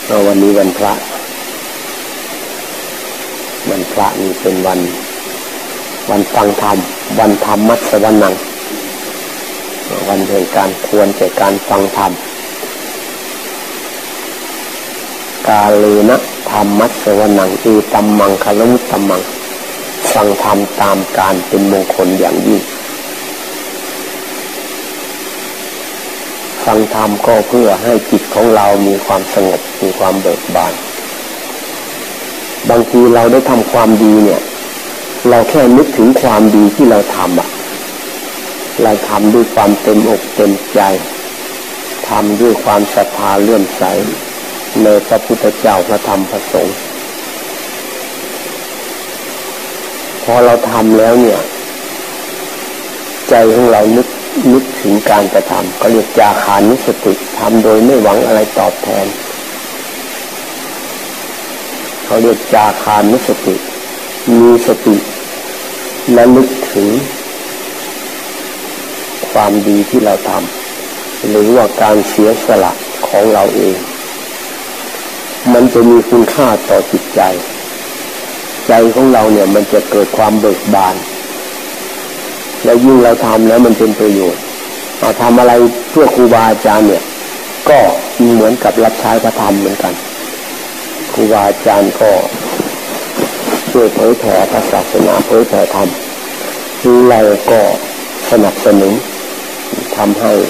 วันนี้วันพระนี่เป็นวันฟังธรรมวันธรรมัสสวนังวันแห่งการควรแก่การฟังธรรมกาเลนะธรรมัสสวนังอีตัมมังคลุมุตตัมมังฟังธรรมตามการเป็นมงคลอย่างยิ่งฟังธรรมก็เพื่อให้จิตของเรามีความสงบมีความเบิกบานบางทีเราได้ทำความดีเนี่ยเราแค่นึกถึงความดีที่เราทำเราทำด้วยความเต็มอกเต็มใจทำด้วยความศรัทธาเลื่อมใสในพระพุทธเจ้าพระธรรมพระสงฆ์พอเราทำแล้วเนี่ยใจของเรานึกถึงการกระทำก็เรียกจาคานุสติทำโดยไม่หวังอะไรตอบแทนเขาเรียกจาคานุสติมีสติและลึกถึงความดีที่เราทำหรือว่าการเสียสละของเราเองมันจะมีคุณค่าต่อจิตใจของเราเนี่ยมันจะเกิดความเบิกบานและยิ่งเราทำแล้วมันเป็นประโยชน์เราทำอะไรเพื่อครูบาอาจารย์เนี่ยก็เหมือนกับรับใช้พระธรรมเหมือนกันครูบาอาจารย์ก็ช่วยเผยแผ่พระศาสนาเผยแผ่ธรรมเราก็สนับสนุนทำให้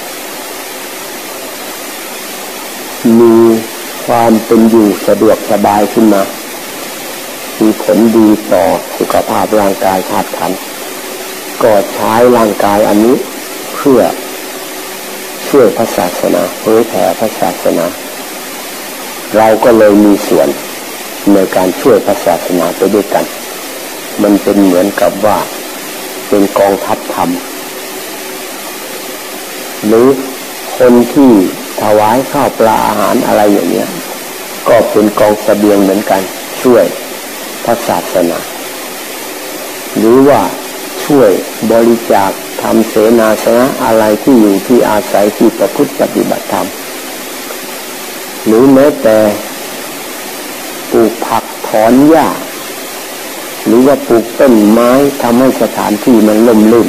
มีความเป็นอยู่สะดวกสบายขึ้นมามีผลดีต่อสุขภาพร่างกายธาตุขันธ์ก็ใช้ร่างกายอันนี้เพื่อช่วยพระศาสนาเผยแผ่พระศาสนาเราก็เลยมีส่วนในการช่วยพระศาสนาไปด้วยกันมันเป็นเหมือนกับว่าเป็นกองทัพธรรมหรือคนที่ถวายข้าวปลาอาหารอะไรอย่างเนี้ยก็เป็นกองเสบียงเหมือนกันช่วยพระศาสนาหรือว่าช่วยบริจาคทำเสนาสนะอะไรที่อยู่ที่อาศัยที่ประพฤติปฏิบัติธรรมหรือแม้แต่ปลูกผักถอนหญ้าหรือว่าปลูกต้นไม้ทำให้สถานที่มันร่มรื่น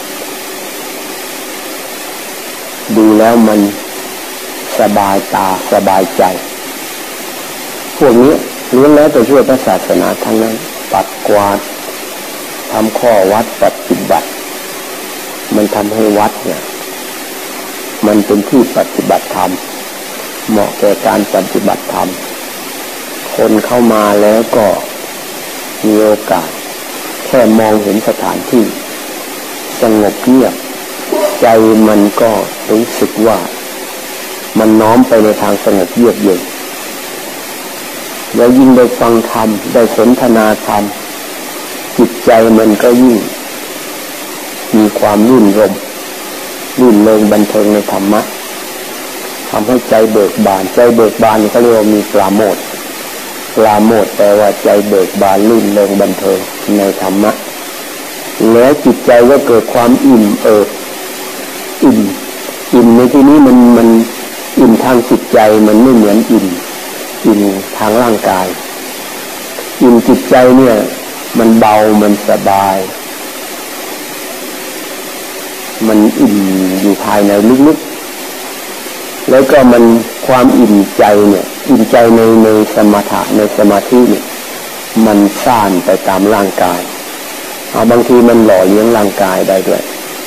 ดูแล้วมันสบายตาสบายใจพวกนี้ล้วนแล้วแต่ช่วยพระศาสนาทั้งนั้นปัดกวาดทำข้อวัดปฏิบัติมันทำให้วัดเนี่ยมันเป็นที่ปฏิบัติธรรมเหมาะแก่การปฏิบัติธรรมคนเข้ามาแล้วก็มีโอกาสแค่มองเห็นสถานที่สงบเงียบใจมันก็รู้สึกว่ามันน้อมไปในทางสงบเยือกเย็นแล้วยิ่งได้ฟังธรรมได้สนทนาธรรมจิตใจมันก็ยิ่งมีความรื่นรมบันเทิงในธรรมะทำให้ใจเบิกบานเขาเรียกว่ามีปราโมทย์แปลว่าใจเบิกบานรื่นเริงบันเทิงในธรรมะแล้วจิตใจก็เกิดความอิ่มในที่นี้มันอิ่มทางจิตใจมันไม่เหมือนอิ่มทางร่างกายอิ่มจิตใจเนี่ยมันเบามันสบายมันอิ่มอยู่ภายในลึกๆแล้วก็มันความอิ่มใจเนี่ยอิ่มใจในสมถะในสมาธิเนี่ยมันซ่านไปตามร่างกายบางทีมันหล่อเลี้ยงร่างกายได้ด้วย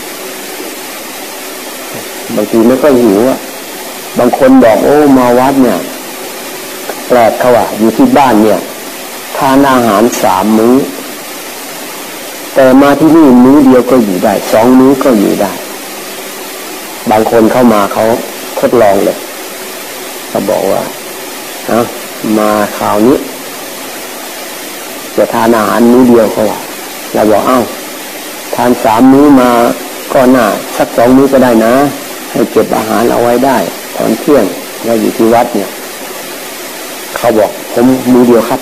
บางทีไม่ค่อยหิวบางคนบอกโอ้มาวัดเนี่ยแปลกเขาอยู่ที่บ้านเนี่ยทานอาหาร3 มื้อแต่มาที่นี่มื้อเดียวก็อยู่ได้2 มื้อก็อยู่ได้บางคนเข้ามาเขาทดลองเลยเขาบอกว่ามาคราวนี้จะทานอาหารมื้อเดียวเขาเราบอกทาน3 มื้อมาก็น่าสัก2 มื้อก็ได้นะให้เก็บอาหารเอาไว้ได้ตอนเที่ยงเราอยู่ที่วัดเนี่ยเขาบอกผมมื้อเดียวครับ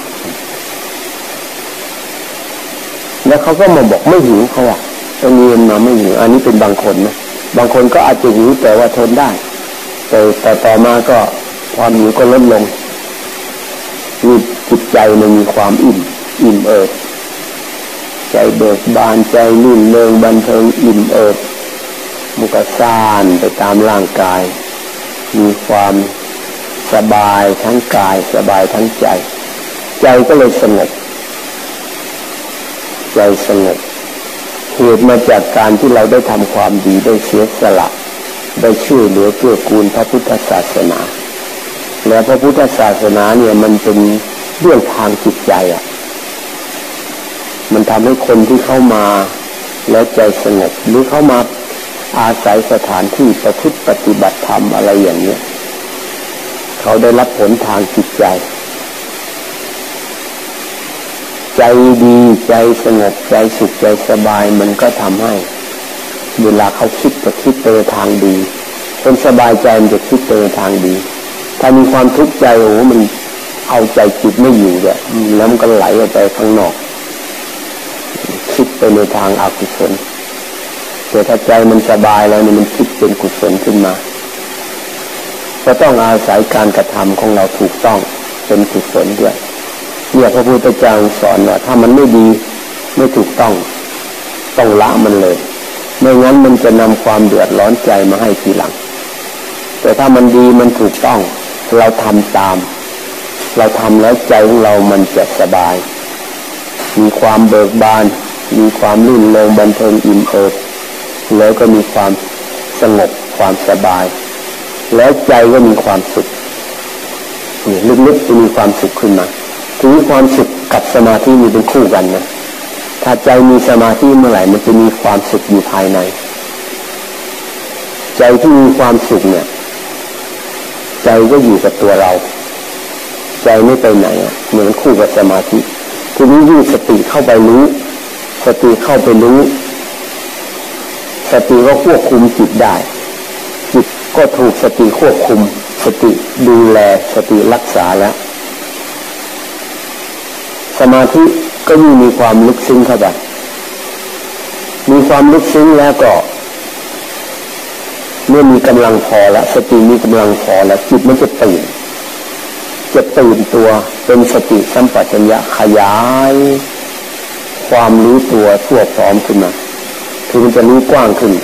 แล้วเขาก็มาบอกไม่หิวเขาตรงนี้มาไม่หิวอันนี้เป็นบางคนนะบางคนก็อาจจะหิวแต่ว่าทนได้แต่ต่อมาก็ความหิวก็ลดลงจิตใจมันมีความอิ่มเอิบใจเบิกบานใจลื่นเริงบันเทิงอิ่มเอิบมันก็ซ่านไปตามร่างกายมีความสบายทั้งกายสบายทั้งใจใจก็เลยสงบใจสงบเหตุมาจากการที่เราได้ทำความดีได้เสียสละได้ช่วยเหลือเกื้อกูลพระพุทธศาสนาและพระพุทธศาสนาเนี่ยมันเป็นเรื่องทางจิตใจมันทำให้คนที่เข้ามาแล้วใจสงบหรือเข้ามาอาศัยสถานที่ประพฤติปฏิบัติธรรมอะไรอย่างนี้เขาได้รับผลทางจิตใจใจดีใจสงบใจสุขใจสบายมันก็ทำให้เวลาเขาคิดก็คิดไปทางดีคนสบายใจมันจะคิดไปทางดีถ้ามีความทุกข์ใจโอ้มันเอาใจจิตไม่อยู่เลยแล้วมันก็ไหลออกไปข้างนอกคิดไปในทางอกุศลแต่ถ้าใจมันสบายแล้วนี่มันคิดเป็นกุศลขึ้นมาก็ต้องอาศัยการกระทำของเราถูกต้องเป็นกุศลด้วยเนี่ยพระพุทธเจ้าสอนว่าถ้ามันไม่ดีไม่ถูกต้องละมันเลยไม่งั้นมันจะนำความเดือดร้อนใจมาให้ทีหลังแต่ถ้ามันดีมันถูกต้องเราทำตามเราทำแล้วใจของเรามันจะสบายมีความเบิกบานมีความลื่นเริงบันเทิงอิ่มเอิบแล้วก็มีความสงบความสบายแล้วใจก็มีความสุขนี่ลึกๆจะมีความสุขขึ้นมาถึงความสุขกับสมาธิมีเป็นคู่กันนะถ้าใจมีสมาธิเมื่อไหร่มันจะมีความสุขอยู่ภายในใจที่มีความสุขเนี่ยใจก็อยู่กับตัวเราใจไม่ไปไหนเหมือนคู่กับสมาธิทีนี้ยิ่งสติเข้าไปรู้สติเข้าไปรู้สติก็ควบคุมจิตได้จิตก็ถูกสติควบคุมสติดูแลสติรักษาแล้วสมาธิก็ยิ่งมีความลึกซึ้งเข้าไปมีความลึกซึ้งแล้วก็เมื่อมีกำลังพอแล้วสติมีกำลังพอแล้วจิตมันจะตื่นตัวเป็นสติสัมปชัญญะขยายความรู้ตัวทั่วพร้อมขึ้นมาคือมันจะรู้กว้างขึ้น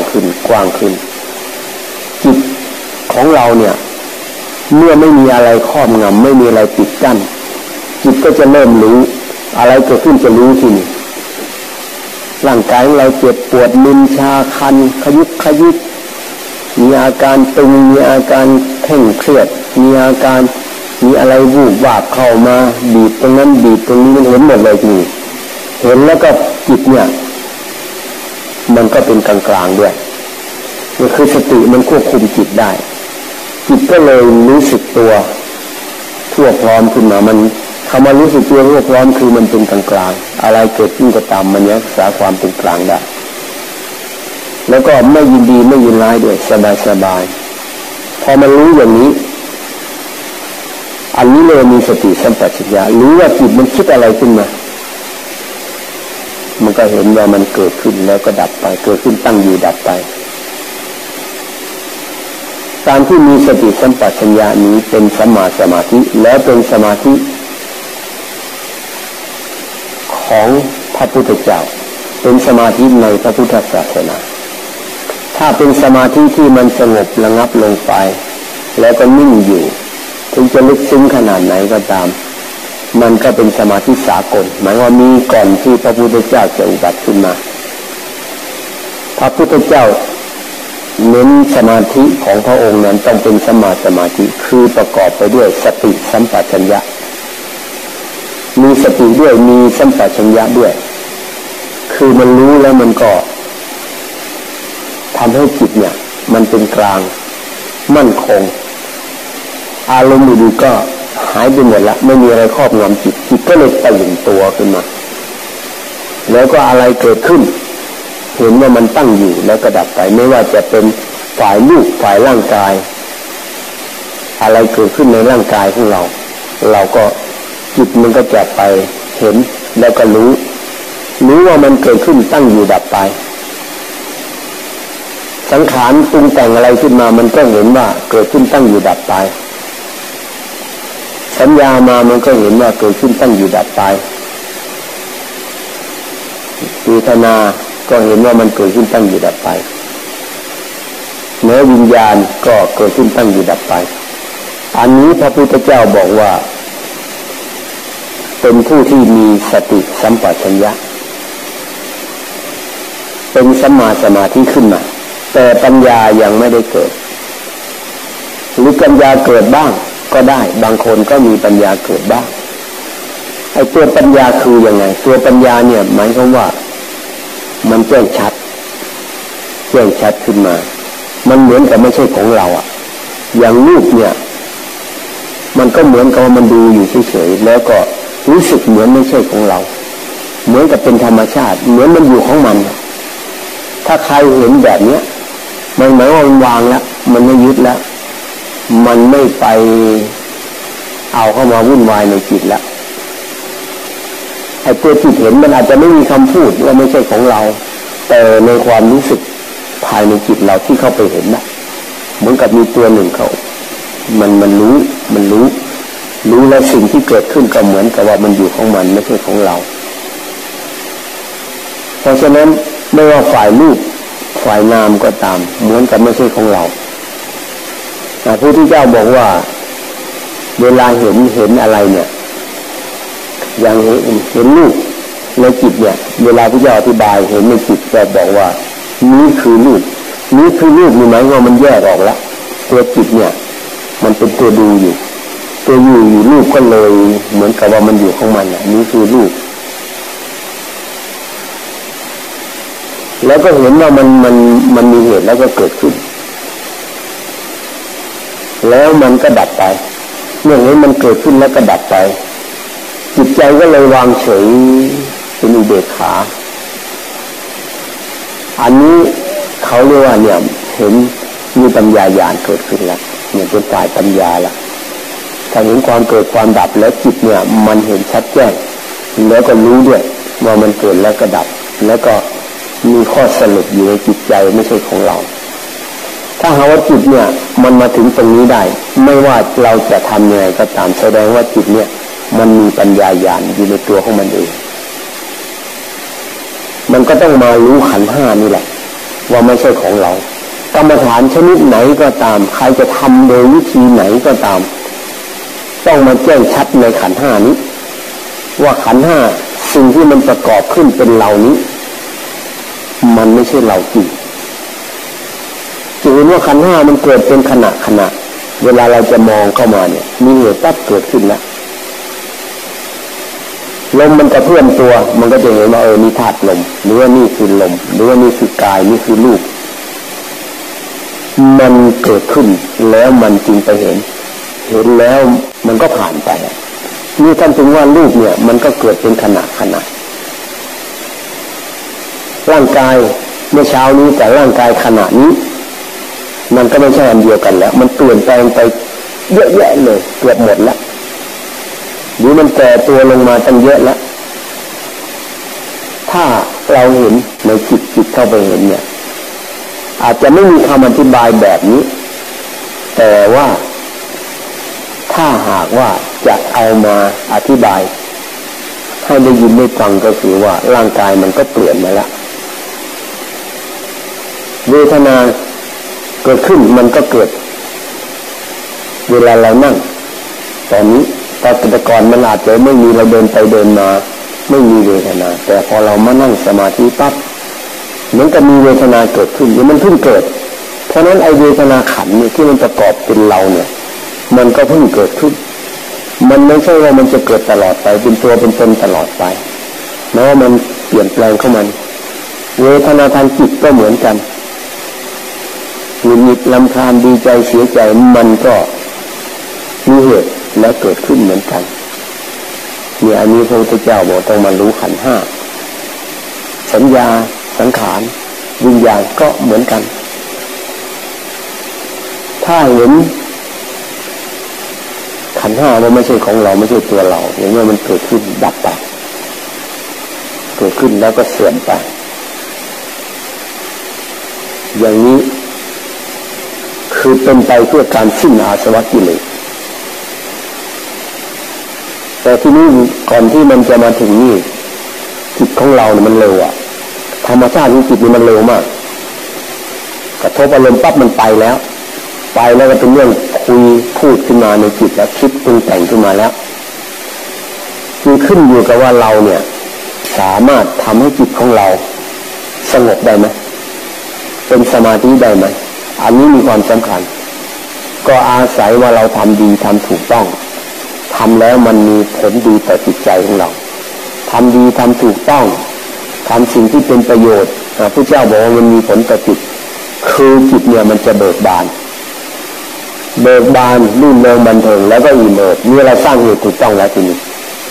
จิตของเราเนี่ยเมื่อไม่มีอะไรครอบงำไม่มีอะไรปิดกั้นจิตก็จะเริ่มรู้อะไรเกิดขึ้นจะรู้ทีนี้ร่างกายของเราเจ็บปวดมึนชาคันขยิบมีอาการตึงมีอาการเคร่งเครียดมีอาการมีอะไรวูบวาบเข้ามาบีบตรงนั้นบีบตรงนี้มันเห็นหมดเลยทีนี้เห็นแล้วก็จิตเนี่ยมันก็เป็นกลางๆด้วยนี่คือสติมันควบคุมจิตได้จิตก็เลยรู้สึกตัวทั่วพร้อมขึ้นมามันคำว่ารู้สึกตัวทั่วพร้อมคือมันเป็นกลางๆอะไรเกิดขึ้นก็ตามมันรักษาความเป็นกลางได้แล้วก็ไม่ยินดีไม่ยินร้ายด้วยสบายพอมันรู้อย่างนี้อันนี้เลยมีสติสัมปชัญญะรู้ว่าจิตมันคิดอะไรขึ้นมามันก็เห็นว่ามันเกิดขึ้นแล้วก็ดับไปเกิดขึ้นตั้งอยู่ดับไปการที่มีสติสัมปชัญญะนี้เป็นสัมมาสมาธิแล้วเป็นสมาธิของพระพุทธเจ้าเป็นสมาธิในพระพุทธศาสนาถ้าเป็นสมาธิที่มันสงบระงับลงไปแล้วก็นิ่งอยู่ถึงจะลึกซึ้งขนาดไหนก็ตามมันก็เป็นสมาธิสากลหมายว่ามีก่อนที่พระพุทธเจ้าจะอุบัติขึ้นมาพระพุทธเจ้าเน้นสมาธิของพระองค์นั้นต้องเป็นสัมมาสมาธิคือประกอบไปด้วยสติสัมปชัญญะมีสติด้วยมีสัมปชัญญะด้วยคือมันรู้แล้วมันก็ทำให้จิตเนี่ยมันเป็นกลางมั่นคงอารมณ์ดีๆก็หายไปหมดละไม่มีอะไรครอบงำจิตก็เลยตื่นตัวขึ้นมาแล้วก็อะไรเกิดขึ้นเห็นว่ามันตั้งอยู่แล้วก็ดับไปไม่ว่าจะเป็นฝ่ายรูปฝ่ายร่างกายอะไรเกิดขึ้นในร่างกายของเราก็จิตมันก็จะไปเห็นแล้วก็รู้ว่ามันเกิดขึ้นตั้งอยู่ดับไปสังขารปรุงแต่งอะไรขึ้นมามันก็เห็นว่าเกิดขึ้นตั้งอยู่ดับไปสสัญญามามันก็เห็นว่าเกิดขึ้นตั้งอยู่ดับไปเวทนาก็เห็นว่ามันเกิดขึ้นตั้งอยู่ดับไปแม้วิญญาณก็เกิดขึ้นตั้งอยู่ดับไปอันนี้พระพุทธเจ้าบอกว่าเป็นผู้ที่มีสติสัมปชัญญะเป็นสัมมาสมาธิขึ้นมาแต่ปัญญายังไม่ได้เกิดหรือปัญญาเกิดบ้างก็ได้บางคนก็มีปัญญาเกิดบ้างไอ้ตัวปัญญาคือยังไงตัวปัญญาเนี่ยหมายความว่ามันแจ้งชัดขึ้นมามันเหมือนกับไม่ใช่ของเราอ่ะอย่างรูปเนี่ยมันก็เหมือนกับมันดูอยู่เฉยๆแล้วก็รู้สึกเหมือนไม่ใช่ของเราเหมือนกับเป็นธรรมชาติเหมือนมันอยู่ของมันถ้าใครเห็นแบบเนี้ยมันหมายว่ามันวางแล้วมันไม่ยึดแล้วมันไม่ไปเอาเข้ามาวุ่นวายในจิตแล้วไอ้ตัวจิตเห็นมันอาจจะไม่มีคำพูดว่าไม่ใช่ของเราแต่ในความรู้สึกภายในจิตเราที่เข้าไปเห็นนะเหมือนกับมีตัวหนึ่งเขามันรู้แล้วสิ่งที่เกิดขึ้นก็เหมือนกับว่ามันอยู่ของมันไม่ใช่ของเราเพราะฉะนั้นไม่ว่าฝ่ายรูปฝ่ายนามก็ตามเหมือนกับไม่ใช่ของเราพระพุทธเจ้าบอกว่าเวลาเห็นอะไรเนี่ยอย่างเห็นรูปในจิตเนี่ยเวลาพระเจ้าอธิบายเห็นในจิตก็บอกว่านี้คือรูปนี่หมายว่ามันแยกออกแล้วตัวจิตเนี่ยมันเป็นตัวดูอยู่รูปก็เลยเหมือนกับว่ามันอยู่ของมันนี่คือรูปแล้วก็เห็นว่ามันมีเหตุแล้วก็เกิดขึ้นแล้วมันก็ดับไปเมื่อเห็นมันเกิดขึ้นแล้วก็ดับไปจิตใจก็เลยวางเฉยเป็นอุเบกขาอันนี้เขาเรียกว่าเนี่ยเห็นมีปัญญาญาณเกิดขึ้นแล้วเนี่ยเป็นฝ่ายปัญญาละถ้าเห็นความเกิดความดับแล้วจิตเนี่ยมันเห็นชัดแจ้งแล้วก็รู้ด้วยว่ามันเกิดแล้วก็ดับแล้วก็มีข้อสรุปอยู่ในจิตใจไม่ใช่ของเราถ้าหาว่าจิตเนี่ยมันมาถึงตรงนี้ได้ไม่ว่าเราจะทำยังไงก็ตามแสดงว่าจิตเนี่ยมันมีปัญญาญาณอยู่ในตัวของมันเองมันก็ต้องมารู้ขันธ์ห้านี่แหละว่าไม่ใช่ของเรากรรมฐานชนิดไหนก็ตามใครจะทำโดยวิธีไหนก็ตามต้องมาแจ้งชัดในขันธ์ห้านี้ว่าขันธ์ห้าสิ่งที่มันประกอบขึ้นเป็นเรานี้มันไม่ใช่เราจริงจะเห็นว่าขันธ์ห้ามันเกิดเป็นขณะเวลาเราจะมองเข้ามาเนี่ยมีเหตุปั๊บเกิดขึ้นแล้วลมมันกระเพื่อมตัวมันก็จะเห็นว่านี่ธาตุลมหรือว่านี่คือลมหรือว่านี่คือกายนี่คือรูปมันเกิดขึ้นแล้วมันจึงไปเห็นแล้วมันก็ผ่านไปนี่ท่านถึงว่ารูปเนี่ยมันก็เกิดเป็นขณะร่างกายเมื่อเช้านี้แต่ร่างกายขณะนี้มันก็ไม่ใช่อันเดียวกันแล้วมันเปลี่ยนแปลงไปเยอะแยะเลยเกือบหมดแล้วหรือมันแก่ตัวลงมาตั้งเยอะแล้วถ้าเราเห็นในจิตเข้าไปเห็นเนี่ยอาจจะไม่มีคำอธิบายแบบนี้แต่ว่าถ้าหากว่าจะเอามาอธิบายให้ได้ยินได้ฟังก็คือว่าร่างกายมันก็เปลี่ยนมาแล้วเวทนาเกิดขึ้นมันก็เกิดเวลาเรานั่งตอนนี้แต่ก่อนมันอาจจะไม่มีเราเดินไปเดินมาไม่มีเวทนาแต่พอเรามานั่งสมาธิปั๊บเหมือนกับมีเวทนาเกิดขึ้นมันเพิ่งเกิดเพราะนั้นไอเวทนาขันธ์เนี่ยที่มันประกอบเป็นเราเนี่ยมันก็เพิ่งเกิดขึ้นมันไม่ใช่ว่ามันจะเกิดตลอดไปเป็นตัวเป็นตนตลอดไปแม้ว่ามันเปลี่ยนแปลงเข้ามันเวทนาทางจิตก็เหมือนกันหงุดหงิดรำคาญดีใจเสียใจมันก็มีเหตุและเกิดขึ้นเหมือนกันเนี่ยอันนี้พระพุทธเจ้าบอกต้องมารู้ขันธ์ห้าสัญญาสังขารวิญญาณก็เหมือนกันถ้าเห็นขันธ์ห้ามันไม่ใช่ของเราไม่ใช่ตัวเราอย่างนี้มันเกิดขึ้นดับไปเกิดขึ้นแล้วก็เสื่อมไปอย่างนี้คือเป็นไปเพื่อการสิ้นอาสวะกิเลสแต่ที่นี่ก่อนที่มันจะมาถึงนี่จิตของเราเนี่ยมันเร็วอะธรรมชาติของจิตนี่มันเร็วมากกระทบอารมณ์ปั๊บมันไปแล้วก็เป็นเรื่องคุยพูดขึ้นมาในจิตแล้วคิดปรุงแต่งขึ้นมาแล้วคือขึ้นอยู่กับว่าเราเนี่ยสามารถทำให้จิตของเราสงบได้ไหมเป็นสมาธิได้ไหมอันนี้มีความสำคัญก็อาศัยว่าเราทำดีทำถูกต้องทำแล้วมันมีผลดีต่อจิตใจของเราทำดีทำถูกต้องทำสิ่งที่เป็นประโยชน์พระเจ้าบอกว่ามันมีผลต่อจิตคือจิตเนี่ยมันจะเบิกบานลื่นเริงบันเทิงแล้วก็อิ่มเอิบนี่เราสร้างเหตุถูกต้องแล้วทีนี้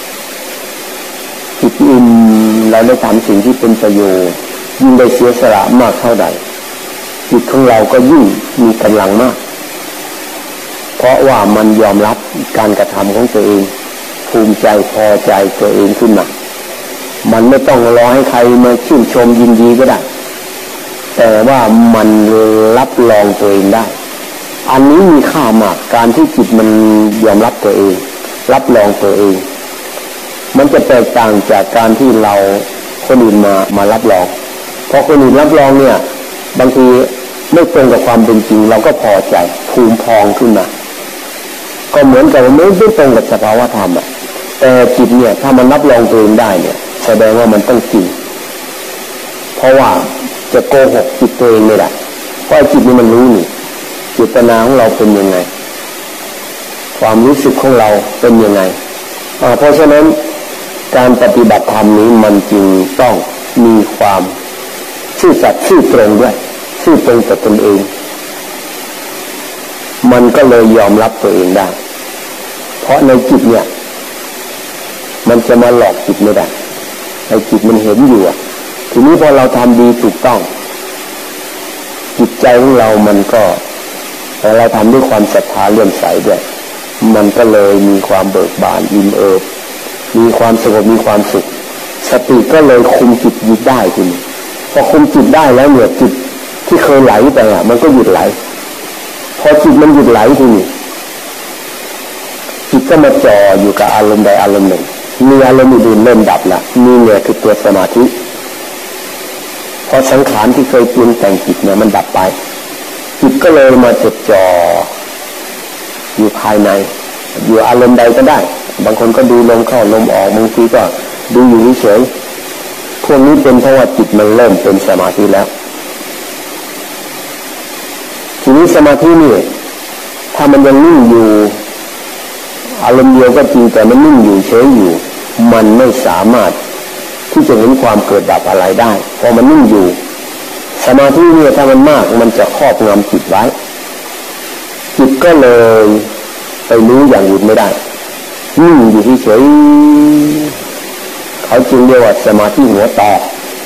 จิตอิ่มเราได้ทำสิ่งที่เป็นประโยชน์ยิ่งได้เสียสละมากเท่าใดจิตของเราก็ยิ่งมีกำลังมากเพราะว่ามันยอมรับการกระทำของตัวเองภูมิใจพอใจตัวเองขึ้นมามันไม่ต้องรอให้ใครมาชื่นชมยินดีก็ได้แต่ว่ามันรับรองตัวเองได้อันนี้มีค่ามากการที่จิตมันยอมรับตัวเองรับรองตัวเองมันจะแตกต่างจากการที่เราคนอื่นมารับรองเพราะคนอื่นรับรองเนี่ยบางทีไม่ตรงกับความเป็นจริงเราก็พอใจภูมิพองขึ้นมาก็เหมือนกับไม่ตรงกับสภาวะธรรมอ่ะแต่จิตเนี่ยถ้ามันรับรองตัวเองได้เนี่ยแสดงว่ามันต้องจริงเพราะว่าจะโกหกจิตตัวเองไม่ได้เพราะจิตนี่มันรู้นี่เจตนาของเราเป็นยังไงความรู้สึกของเราเป็นยังไงเพราะฉะนั้นการปฏิบัติธรรมนี้มันจึงต้องมีความซื่อสัตย์ซื่อตรงด้วยซื่อตรงกับตนเองมันก็เลยยอมรับตัวเองได้เพราะในจิตเนี่ยมันจะมาหลอกจิตไม่ได้ในจิตมันเห็นอยู่ทีนี้พอเราทำดีถูกต้องจิตใจของเรามันก็พอเราทำด้วยความศรัทธาเลื่อมใสด้วยมันก็เลยมีความเบิกบานอิ่มเอิบมีความสงบมีความสุขสติก็เลยคุมจิตยึดได้ทีนี้พอคุมจิตได้แล้วเนี่ยจิตที่เคยไหลไปมันก็หยุดไหลพอจิตมันหยุดไหลทีนี้จิตก็มาจ่ออยู่กับอารมณ์ใดอารมณ์หนึ่งมีอารมณ์อื่นเริ่มดับละนี่เนี่ยคือตัวสมาธิพอสังขารที่เคยปรุงแต่งจิตเนี่ยมันดับไปจิตก็เลยมาจดจ่ออยู่ภายในอยู่อารมณ์ใดก็ได้บางคนก็ดูลมเข้าลมออกบางทีก็ดูอยู่เฉยพวกนี้เป็นเพราะว่าจิตมันเริ่มเป็นสมาธิแล้วทีนี้สมาธินี่ถ้ามันยังนิ่งอยู่อารมณ์เดียวก็จริงแต่มันนิ่งอยู่เฉยอยู่มันไม่สามารถที่จะเห็นความเกิดดับอะไรได้เพราะมันนิ่งอยู่สมาธิเนี่ยถ้ามันมากมันจะครอบงำจิตไว้จิตก็เลยไปรู้อย่างอื่นไม่ได้นิ่งอยู่เฉยเขาจึงเรียกว่าสมาธิหัวต่อ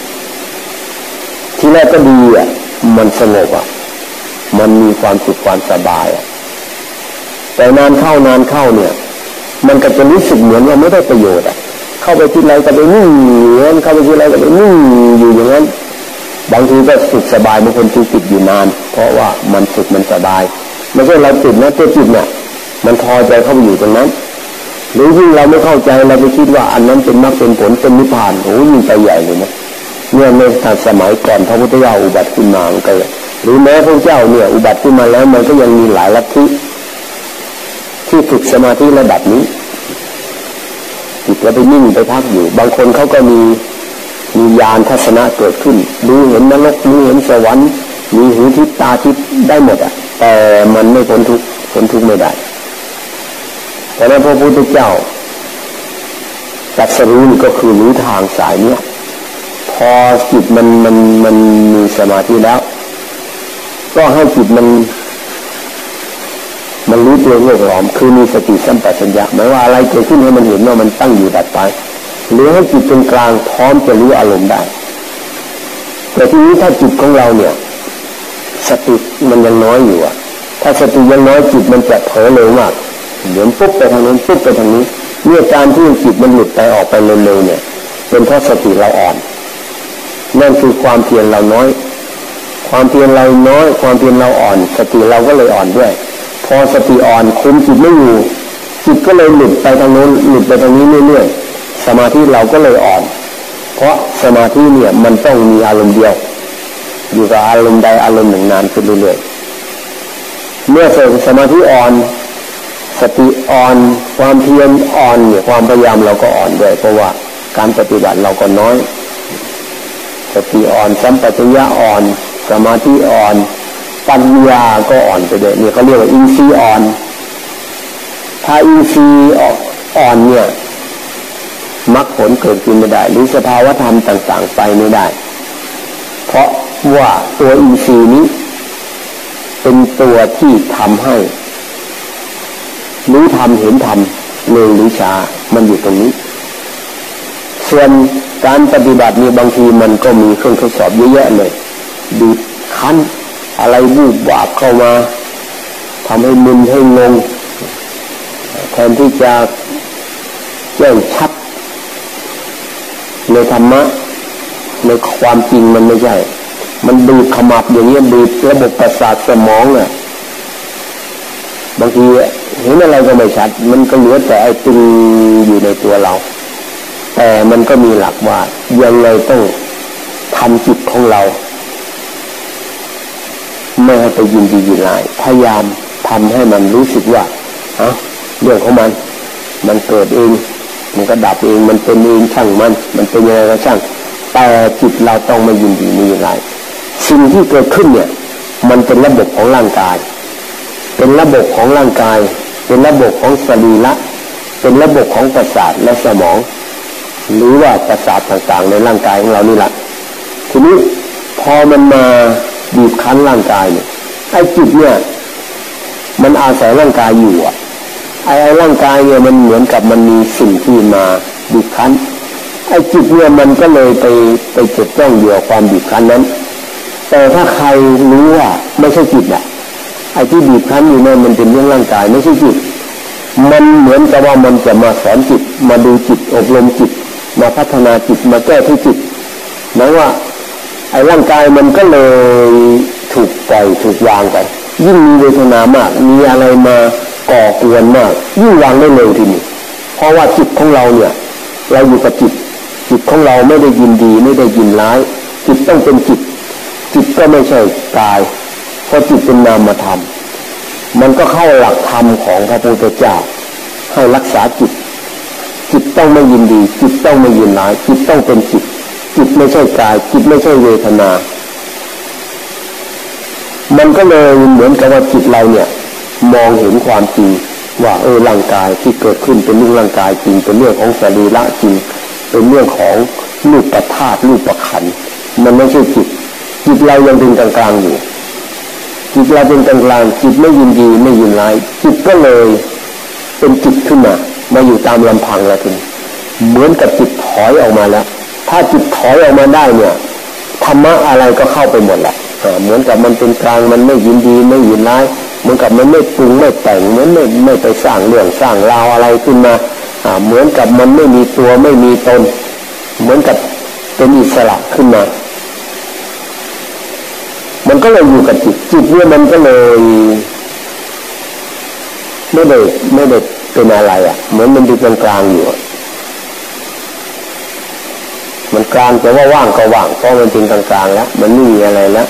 ที่แรกก็ดีมันสงบมันมีความสุขความสบายแต่นานเข้าเนี่ยมันก็จะรู้สึกเหมือนว่าไม่ได้ประโยชน์เข้าไปที่ไรก็ไปนิ่งอยู่นั้นเข้าไปที่ไรก็ไปนิ่งอยู่อย่างนั้นบางทีก็สุขสบายบางคนติดอยู่นานเพราะว่ามันสุขมันสบายไม่ใช่เราติดนะตัวจิตเนี่ยมันพอใจเข้าไปอยู่ตรงนั้นหรือยิ่งเราไม่เข้าใจเราไปคิดว่าอันนั้นเป็นมรรคเป็นผลเป็นนิพพานโอ้ยิ่งไปใหญ่เลยนะเนี่ยในสมัยก่อนพระพุทธเจ้าอุบัติขึ้นมาก็หรือแม้พระเจ้าเนี่ยอุบัติขึ้นมาแล้วมันก็ยังมีหลายลัทธิที่ฝึกสมาธิระดับนี้จิตก็ไปนิ่งไปพักอยู่บางคนเขาก็มีญาณทัศนะเกิดขึ้นดูเห็นนรกดูเห็นสวรรค์มีหูทิพย์ตาทิพย์ได้หมดแต่มันไม่พ้นทุกข์ไม่ได้เพราะนั้นพระพุทธเจ้าตรัสรู้นี่ก็คือรู้ทางสายเนี้ยพอจิตมันมีสมาธิแล้วก็ให้จิตมันรู้ตัวโลกหลอมคือมีสติสัมปชัญญะหมายว่าอะไรเกิดขึ้นให้มันเห็นว่ามันตั้งอยู่ดับไปหรือให้จิตเป็นกลางพร้อมจะรู้อารมณ์ได้แต่ทีนี้ถ้าจิตของเราเนี่ยสติมันยังน้อยอยู่ถ้าสติยังน้อยจิตมันจะเผลอเร็วมากเหมือนปุ๊บไปทางนั้นปุ๊บไปทางนี้เมื่อการที่จิตมันหลุดไปออกไปเร็วๆเนี่ยเป็นเพราะสติเราอ่อนนั่นคือความเพียรเราน้อยความเพียรเราน้อยความเพียรเราอ่อนสติเราก็เลยอ่อนด้วยพอสติอ่อนคุมจิตไม่อยู่จิตก็เลยหลุดไปทางโน้นหลุดไปทางนี้เรื่อยๆสมาธิเราก็เลยอ่อนเพราะสมาธิเนี่ยมันต้องมีอารมณ์เดียวอยู่กับอารมณ์ใดอารมณ์หนึ่งนานขึ้นเรื่อยๆเมื่อสมาธิอ่อนสติอ่อนความเพียรอ่อนเนี่ยความพยายามเราก็อ่อนด้วยเพราะว่าการปฏิบัติเราก็น้อยสติอ่อนสัมปชัญญะอ่อนสมาธิอ่อนปัญญาก็อ่อนไปด้วยนี่เขาเรียกว่าอินทรีย์อ่อนถ้าอินทรีย์อ่อนเนี่ยมรรคผลเกิดขึ้นไม่ได้หรือสภาวธรรมต่างๆไปไม่ได้เพราะว่าตัวอินทรีย์นี้เป็นตัวที่ทำให้รู้ธรรมเห็นธรรมเร็วหรือช้ามันอยู่ตรงนี้ส่วนการปฏิบัตินี่บางทีมันก็มีเครื่องทดสอบเยอะแยะเลยดูคั้นอะไรบูบวาบเข้ามาทำให้มึนให้งงแทนที่จะแจ้งชัดในธรรมะในความจริงมันไม่ใช่มันดูดขมับอย่างนี้ดูดระบบประสาทสมองอ่ะบางทีเห็นอะไรก็ไม่ชัดมันก็เหลือแต่ไอ้ตึงอยู่ในตัวเราแต่มันก็มีหลักว่ายังไงต้องทำจิตของเราไม่ให้ไปยินดียินร้ายพยายามทำให้มันรู้สึกว่าเรื่องของมันเกิดเองมันก็ดับเองมันเป็นเองช่างมันเป็นยังไงก็ช่างแต่จิตเราต้องไม่ยินดีไม่ยินร้ายสิ่งที่เกิดขึ้นเนี่ยมันเป็นระบบของร่างกายเป็นระบบของร่างกายเป็นระบบของสรีระเป็นระบบของประสาทและสมองหรือว่าประสาทต่างๆในร่างกายของเรานี่แหละทีนี้พอมันมาบีบคั้นร่างกายเนี่ยไอ้จิตเนี่ยมันอาศัยร่างกายอยู่ไอ้ร่างกายเนี่ยมันเหมือนกับมันมีสิ่งที่มาบีบคั้นไอ้จิตเนี่ยมันก็เลยไปจดจ้องอยู่กับความบีบคั้นนั้นแต่ถ้าใครรู้ว่าไม่ใช่จิตไอ้ที่บีบคั้นอยู่นั่นมันเป็นเรื่องร่างกายไม่ใช่จิตมันเหมือนกับว่ามันจะมาสอนจิตมาดูจิตอบรมจิตมาพัฒนาจิตมาแก้ที่จิตหมายว่าไอ้ร่างกายมันก็เลยถูกปล่อยถูกวางไปยิ่งมีเวทนามากมีอะไรมาก่อกวนมากยิ่งวางได้เร็วทีนี้เพราะว่าจิตของเราเนี่ยเราอยู่กับจิตของเราไม่ได้ยินดีไม่ได้ยินร้ายจิตต้องเป็นจิตก็ไม่ใช่กายเพราะจิตเป็นนามธรรมมันก็เข้าหลักธรรมของพระพุทธเจ้าให้รักษาจิตต้องไม่ยินดีจิตต้องไม่ยินร้ายจิตต้องเป็นจิตไม่ใช่กายจิตไม่ใช่เวทนามันก็เลยเหมือนกับว่าจิตเราเนี่ยมองเห็นความจริงว่าร่างกายที่เกิดขึ้นเป็นเรื่องร่างกายจริงเป็นเรื่องของสรีระจริงเป็นเรื่องของรูปธาตุรูปขันธ์มันไม่ใช่จิตเรายังเป็นกลางๆอยู่จิตเราเป็นกลางๆจิตไม่ยินดีไม่ยินร้ายจิตก็เลยเป็นจิตขึ้นมาอยู่ตามลำพังแล้วทีเหมือนกับจิตถอยออกมาแล้วถ้าจิตถอยออกมาได้เนี่ยธรรมะอะไรก็เข้าไปหมดแหละเหมือนกับมันเป็นกลางมันไม่ยินดีไม่ยินร้ายเหมือนกับมันไม่ปรุงไม่แต่งเหมือนไม่ไปสร้างเรื่องสร้างราวอะไรขึ้นมาเหมือนกับมันไม่มีตัวไม่มีตนเหมือนกับเป็นอิสระขึ้นมามันก็เลยอยู่กับจิตเนี่ยมันก็เลยไม่ได้เป็นอะไรเหมือนมันอยู่กลางๆอยู่มันกลางแต่ว่าว่างก็ว่างเพราะมันเป็นกลางๆแล้วมันไม่มีอะไรแล้ว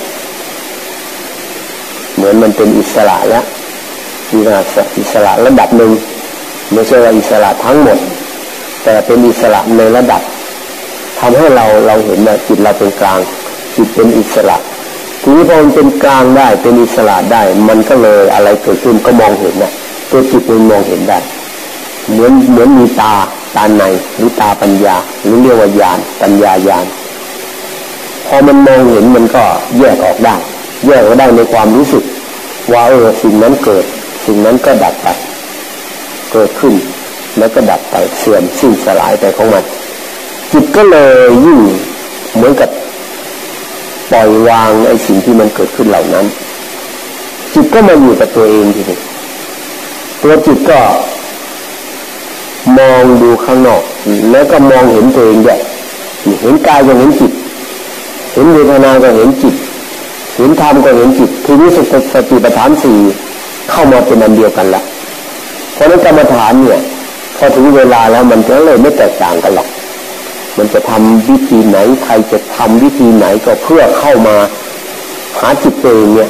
เหมือนมันเป็นอิสระแล้วอิสระระดับหนึ่งไม่ใช่ว่าอิสระทั้งหมดแต่เป็นอิสระในระดับทำให้เราเห็นว่าจิตเราเป็นกลางจิตเป็นอิสระทีนี้พอมันเป็นกลางได้เป็นอิสระได้มันก็เลยอะไรเกิดขึ้นก็มองเห็นตัวจิตมันมองเห็นได้เหมือนมีตาในหรือตาปัญญาหรือเรียกว่าญาณปัญญาญาณพอมันมองเห็นมันก็แยกออกได้ในความรู้สึกว่าสิ่งนั้นเกิดสิ่งนั้นก็ดับไปเกิดขึ้นแล้วก็ดับไปเสื่อมสิ้นสลายไปของมันจิตก็เลยยิ่งเหมือนกับปล่อยวางไอ้สิ่งที่มันเกิดขึ้นเหล่านั้นจิตก็มาอยู่กับตัวเองทีนี้ตัวจิตก็มองดูข้างนอกแล้วก็มองเห็นตัวเองด้วยเห็นกายก็เห็นจิตเห็นเวทนาก็เห็นจิตเห็นธรรมก็เห็นจิตทีนี้สติปัฏฐาน4เข้ามาเป็นอันเดียวกันละเพราะนั้นกรรมฐานเนี่ยพอถึงเวลาแล้วมันก็เลยไม่แตกต่างกันหรอกมันจะทำวิธีไหนใครจะทำวิธีไหนก็เพื่อเข้ามาหาจิตเองเนี่ย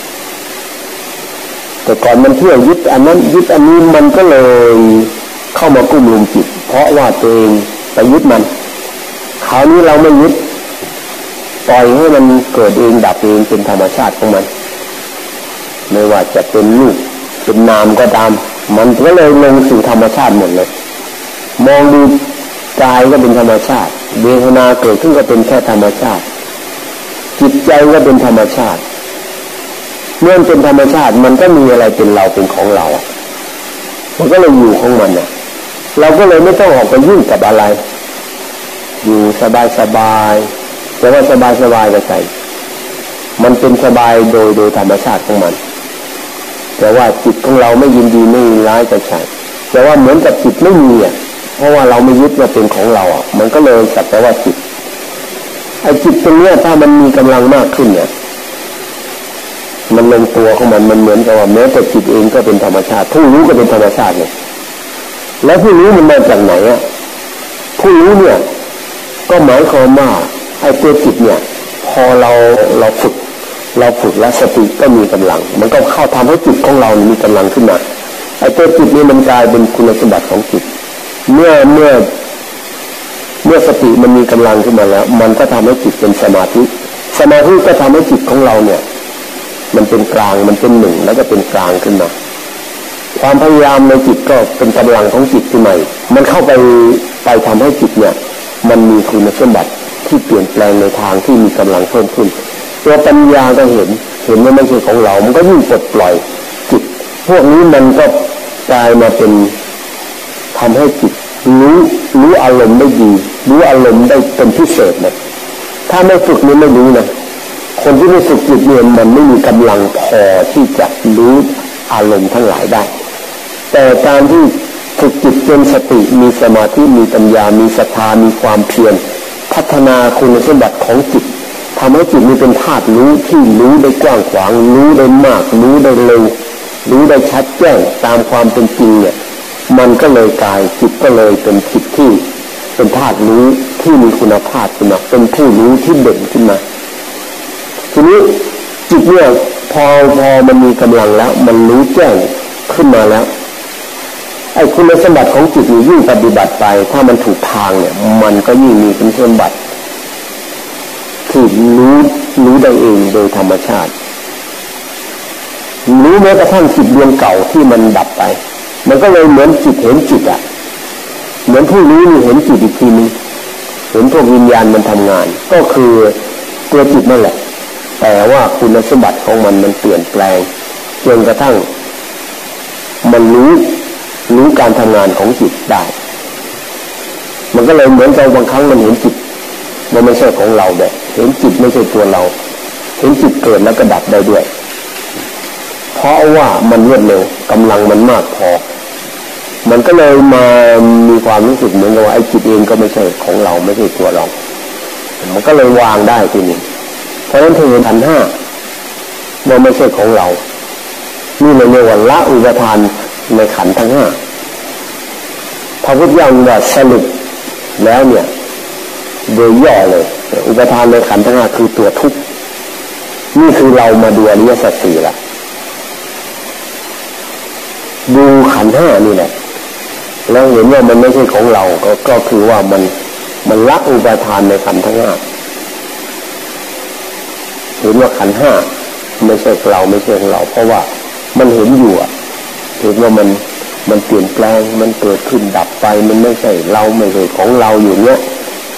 แต่ก่อนมันเที่ยวยึดอันนั้นยึดอันนี้มันก็เลยเข้ามากุ้มลุมจิตเพราะว่าตัวเองไปยึดมันคราวนี้เราไม่ยึดปล่อยให้มันเกิดเองดับเองเป็นธรรมชาติของมันไม่ว่าจะเป็นรูปเป็นนามก็ตามมันก็เลยลงสู่ธรรมชาติหมดเลยมองดูกายก็เป็นธรรมชาติเวทนาเกิดขึ้นก็เป็นแค่ธรรมชาติจิตใจก็เป็นธรรมชาติเมื่อเป็นธรรมชาติมันก็มีอะไรเป็นเราเป็นของเรามันก็เลยอยู่ของมันน่ะเราก็เลยไม่ต้องออกไปยุ่งกับอะไรอยู่สบายๆแต่ว่าสบายๆก็ใส่มันเป็นสบายโดยธรรมชาติของมันแต่ว่าจิตของเราไม่ยินดีไม่ร้ายก็ใช่แต่ว่าเหมือนกับจิตไม่มีเพราะว่าเราไม่ยึดว่าเป็นของเรามันก็เลยสักแต่ว่าจิตไอ้จิตตรงนี้ถ้ามันมีกำลังมากขึ้นเนี่ยมันลงตัวของมันเหมือนกับว่าแม้แต่จิตเองก็เป็นธรรมชาติผู้รู้ก็เป็นธรรมชาติเลยแล้วผู้รู้มันมาจากไหนผู้รู้เนี่ยก็หมายความว่าไอ้ตัวจิตเนี่ยพอเราฝึกแล้วสติก็มีกำลังมันก็เข้าทำให้จิตของเรามีกำลังขึ้นมาไอ้ตัวจิตนี้มันกลายเป็นคุณสมบัติของจิตเมื่อสติมันมีกำลังขึ้นมาแล้วมันก็ทำให้จิตเป็นสมาธิก็ทำให้จิตของเราเนี่ยมันเป็นกลางมันเป็นหนึ่งแล้วก็เป็นกลางขึ้นมาความพยายามในจิตก็เป็นกำลังของจิตขึ้นมามันเข้าไปทำให้จิตเนี่ยมันมีคุณสมบัติที่เปลี่ยนแปลงในทางที่มีกำลังเพิ่มขึ้นตัวปัญญาก็เห็นว่าไม่ใช่ของเรามันก็ยิ่งปลดปล่อยจิตพวกนี้มันก็กลายมาเป็นทำให้จิตรู้อารมณ์ได้ดีรู้อารมณ์ได้เป็นพิเศษนะถ้าไม่ฝึกนี่ไม่รู้นะคนที่ไม่ฝึกจิตเนี่ยมันไม่มีกำลังพอที่จะรู้อารมณ์ทั้งหลายได้แต่การที่ฝึกจิตจนสติมีสมาธิมีปัญญามีศรัทธามีความเพียรพัฒนาคุณสมบัติของจิตทำให้จิตมีเป็นธาตุรู้ที่รู้ได้กว้างขวางรู้ได้มากรู้ได้เร็วรู้ได้ชัดแจ้งตามความเป็นจริงเนี่ยมันก็เลยกลายจิตก็เลยเป็นจิตที่เป็นธาตุรู้ที่มีคุณภาพขึ้นมาเป็นผู้รู้ที่เด่นขึ้นมาทีนี้จิตเนี่ยพอมันมีกำลังแล้วมันรู้แจ้งขึ้นมาแล้วไอ้คุณสมบัติของจิตยิ่งปฏิบัติไปถ้ามันถูกทางเนี่ยมันก็ยิ่งมีคุณสมบัติที่รู้ได้เองโดยธรรมชาติรู้แม้กระทั่งจิตดวงเก่าที่มันดับไปมันก็เลยเหมือนจิตเห็นจิตเหมือนผู้รู้นี่เห็นจิตอีกทีนึงเห็นพวกวิญญาณมันทำงานก็คือตัวจิตนั่นแหละแต่ว่าคุณสมบัติของมันเปลี่ยนแปลงจนกระทั่งมันรู้การทำงานของจิตได้มันก็เลยเหมือนกับบางครั้งมันเห็นจิตมันไม่ใช่ของเราแบบเห็นจิตไม่ใช่ตัวเราเห็นจิตเกิดแล้วก็ดับได้ด้วยเพราะว่ามันรวดเร็วกำลังมันมากพอมันก็เลยมามีความรู้สึกเหมือนกับว่าไอ้จิตเองก็ไม่ใช่ของเราไม่ใช่ตัวเรามันก็เลยวางได้ทีนี้เพราะฉะนั้นถึงขันธ์ห้ามันไม่ใช่ของเรานี่เลยเรียกว่าละอุปทานในขันธ์ทั้งห้าพระพุทธเจ้าว่าสรุปแล้วเนี่ยโดยย่อเลยอุปทานในขันธ์ทั้งห้าคือตัวทุกข์นี่คือเรามาดูอริยสัจสี่ละดูขันธ์ห้านี่แหละแล้วเห็นว่ามันไม่ใช่ของเราก็คือว่ามันละอุปทานในขันธ์ทั้งห้าเห็นว่าขันธ์ห้าไม่ใช่เราไม่ใช่ของเราเพราะว่ามันเห็นอยู่เห็นว่ามันเปลี่ยนแปลงมันเกิดขึ้นดับไปมันไม่ใช่เราไม่ใช่ของเราอยู่เนี้ย